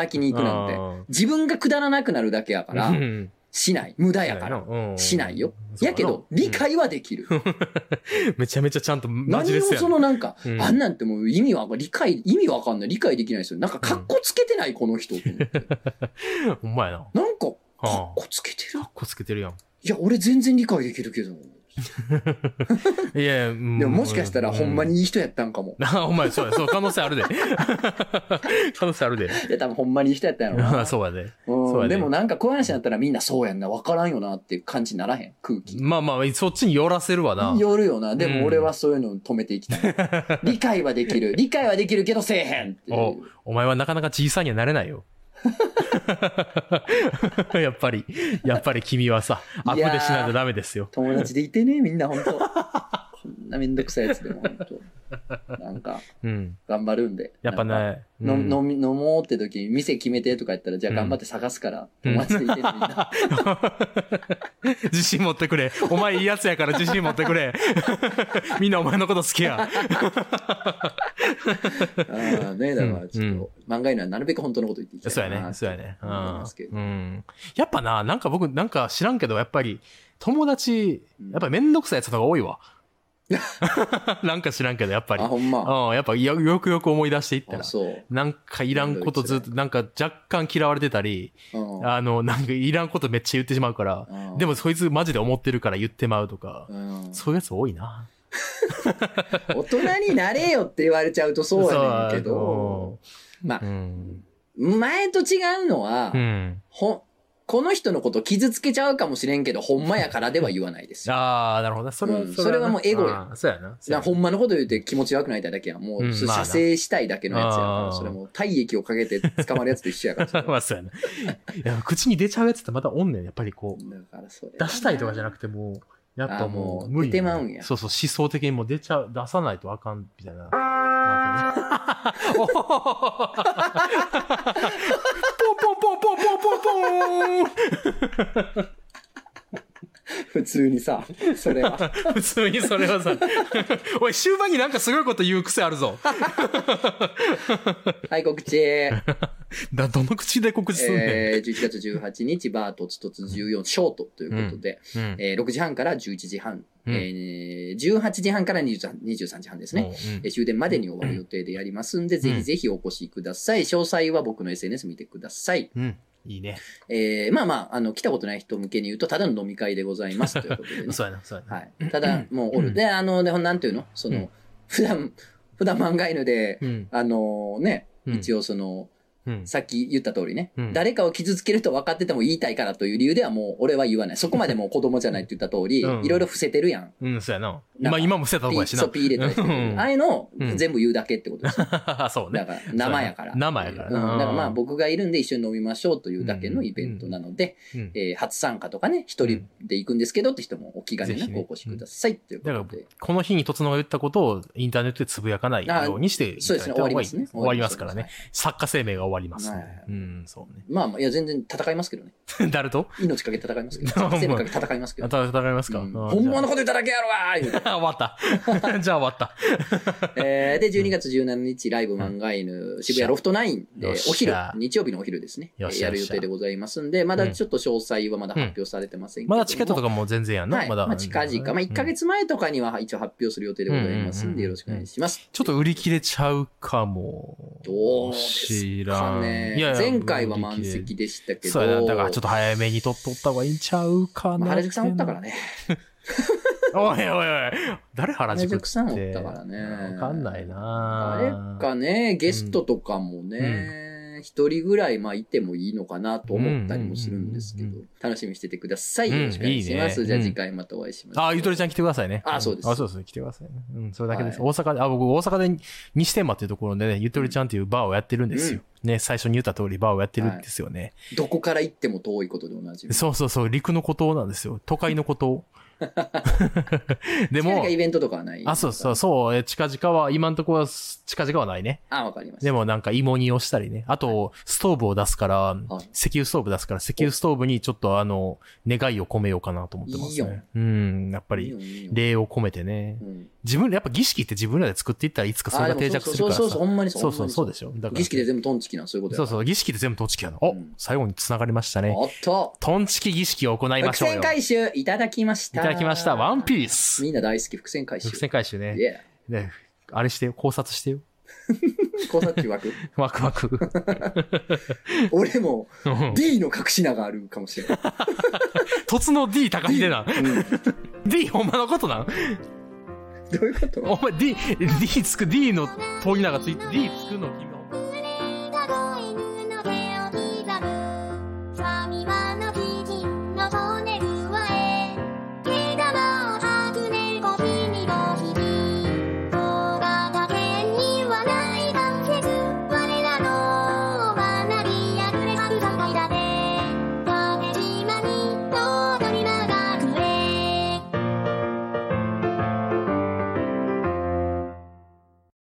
しないってだけでな。 その直接叩きに行くなんて。自分がくだらなくなるだけやから、うん、 しない。無駄やから。しないよ。やけど、理解はできる。 めちゃめちゃちゃんとマジですよ、ね。 何をそのなんか、うん、あんなんてもう意味は、理解、意味わかんない。理解できないですよ。なんか、カッコつけてない、この人。 ほんまやな。 なんか、カッコつけてる。 カッコつけてるやん。 いや、俺全然理解できるけど。 いや、 でももしかしたらほんまにいい人やったんかも。 あ、お前、そうや、そう、可能性あるで。可能性あるで。 いや、多分ほんまにいい人やったんやろな。 そうやで。 うん、でもなんかこういう話になったらみんなそうやんな、わからんよなっていう感じにならへん、空気。 まあまあ、そっちに寄らせるわな。 寄るよな。でも俺はそういうのを止めていきたい。理解はできる。理解はできるけどせえへんっていう。 お、お前はなかなか小さいにはなれないよ。やっぱり、やっぱり君はさ、アップでしないとダメですよ。 友達でいてね、みんなほんと。こんなめんどくさいやつでもほんと。なんか、うん、頑張るんで。 やっぱね、 うん、飲み、飲もうって時に店決めてとか言ったら、じゃあ頑張って探すから、うん、友達でいてね、みんな。 自信持ってくれ。お前いいやつやから自信持ってくれ。みんなお前のこと好きや。 ああね、だからちょっと、うん、漫画にはなるべく本当のこと言っていきたいな。 そうやね、そうやね。うん。やっぱな、なんか僕、なんか知らんけど、やっぱり、友達、やっぱりめんどくさいやつの方が多いわ。なんか知らんけど、やっぱり。 あ、ほんま。 うん、やっぱよ、よくよく思い出していったら。そう。なんかいらんことずっと、なんか若干嫌われてたり、あの、なんかいらんことめっちゃ言ってしまうから、でもそいつマジで思ってるから言ってまうとか、そういうやつ多いな。 大人になれよって言われちゃうとそうやねんけど、まあ、うん、前と違うのは、うん、ほ、この人のこと傷つけちゃうかもしれんけど、ほんまやからでは言わないですよ。 ああ、なるほど。それは、うん、 それはもうエゴや。 そうやな。 なほんまのこと言って気持ち悪くなりたいだけや。もう、うん、射精したいだけのやつやから、それも体液をかけて捕まるやつと一緒やから。 まあそうやな。いや、口に出ちゃうやつってまたおんねん。やっぱりこう。だからそれ出したいとかじゃなくてもう、やっぱもう無理。 出てまうんや。 そうそう、思想的にも出ちゃう、出さないとあかん、みたいな。ポンポンポンポンポンポンポン普通にさ、それは。 普通にそれはさ、おい、終盤になんかすごいこと言う癖あるぞ。 はい、告知。 だ、どの口で告知すんねん。 えー、じゅういちがつじゅうはちにち、バートツトツじゅうよん、ショートということで、うんうん、えー、ろくじはんからじゅういちじはん、うん、えー、じゅうはちじはんからにじゅうさんじはんですね。うん、終電までに終わる予定でやりますんで、うん、ぜひぜひお越しください。詳細は僕の エスエヌエス 見てください。 うん、いいね。 えー、まあまあ、あの、来たことない人向けに言うと、ただの飲み会でございますということでね。 そうやな、そうやな。 はい。ただ、もうおる。で、あの、で、なんていうのその、うん、普段、普段漫画犬で、うん、あのね、一応その、うん、さっき言った通りね、うん、誰かを傷つけると分かってても言いたいからという理由ではもう俺は言わない。そこまでもう子供じゃないって言った通り、いろいろ伏せてるやん。 うん、そうやな。今、今も伏せたとこやしな。 そう、ピー入れたりしてる。ああいうのを全部言うだけってことですよ。 そうね。 だから生やから。 生やから。 うん。だからまあ僕がいるんで一緒に飲みましょうというだけのイベントなので、え初参加とかね、一人で行くんですけどって人もお気兼ねなくお越しくださいっていうことで。 この日にとつのが言ったことをインターネットでつぶやかないようにしていただいた方がいい。 そうですね。 終わりますからね。作家生命が終わります。うん、そうね。 まあまあ、いや、全然戦いますけどね。 誰と命かけて戦いますけど。生命かけて戦いますけど。 戦いますか。 本物のこと言っただけやろわー言うて。 終わった。じゃあ終わった。 えー、で、じゅうにがつじゅうしちにち、ライブ漫画犬、渋谷ロフトナインで、お昼、日曜日のお昼ですね。やる予定でございますんで、まだちょっと詳細はまだ発表されてませんけど。 まだチケットとかも全然やんな。まだ。 まあ、近々。まあ、いっかげつまえとかには一応発表する予定でございますんで、よろしくお願いします。 ちょっと売り切れちゃうかも。 どうですかね。いや、前回は満席でしたけど。 そうやな。だからちょっと早めに撮っとった方がいいんちゃうかな。 原宿さんおったからね。 おいおいおい。誰原宿って。原宿さんおったからね。 わかんないな。 誰かね、ゲストとかもね、一、うん、人ぐらいまあいてもいいのかなと思ったりもするんですけど、楽しみにしててください。よろしくお願いします。うん、いいね、じゃあ次回またお会いしましょう。 あ、ゆとりちゃん来てくださいね。 あ、そうです。 あ、そうです。来てくださいね。うん、それだけです。はい、大阪で、あ、僕大阪で西天満っていうところでね、ゆとりちゃんっていうバーをやってるんですよ。うん、ね、最初に言った通りバーをやってるんですよね。はい、 どこから行っても遠いことで同じ。 そうそうそう、陸の孤島なんですよ。都会の孤島。でも、 イベントとかはない。 あ、そうそうそう、近々は、今のところは近々はないね。 あ、わかりました。 でもなんか芋煮をしたりね。あと、ストーブを出すから、はい、石油ストーブ出すから、石油ストーブにちょっとあの、願いを込めようかなと思ってますね。いいよ。うん、やっぱり、礼を込めてね。うん、 自分、やっぱ儀式って自分らで作っていったらいつかそれが定着するからさ。 そうそうそう、ほんまにそう。 そうそうそうでしょ。 だから儀式で全部トンチキな、そういうことやそうそう、儀式で全部トンチキやな。お、うん、最後に繋がりましたね。 おっと。 トンチキ儀式を行いましょうよ。 伏線回収いただきました。 いただきました。ワンピース。 みんな大好き、伏線回収。 伏線回収ね。 Yeah. ね、あれしてよ、考察してよ。 考察中枠ワクワク。 俺も D の隠し名があるかもしれない。 突の D 高秀な。うん、D ほんまのことなん？ どういうこと？ お前 D、D つく D の通り名がついて D つくの君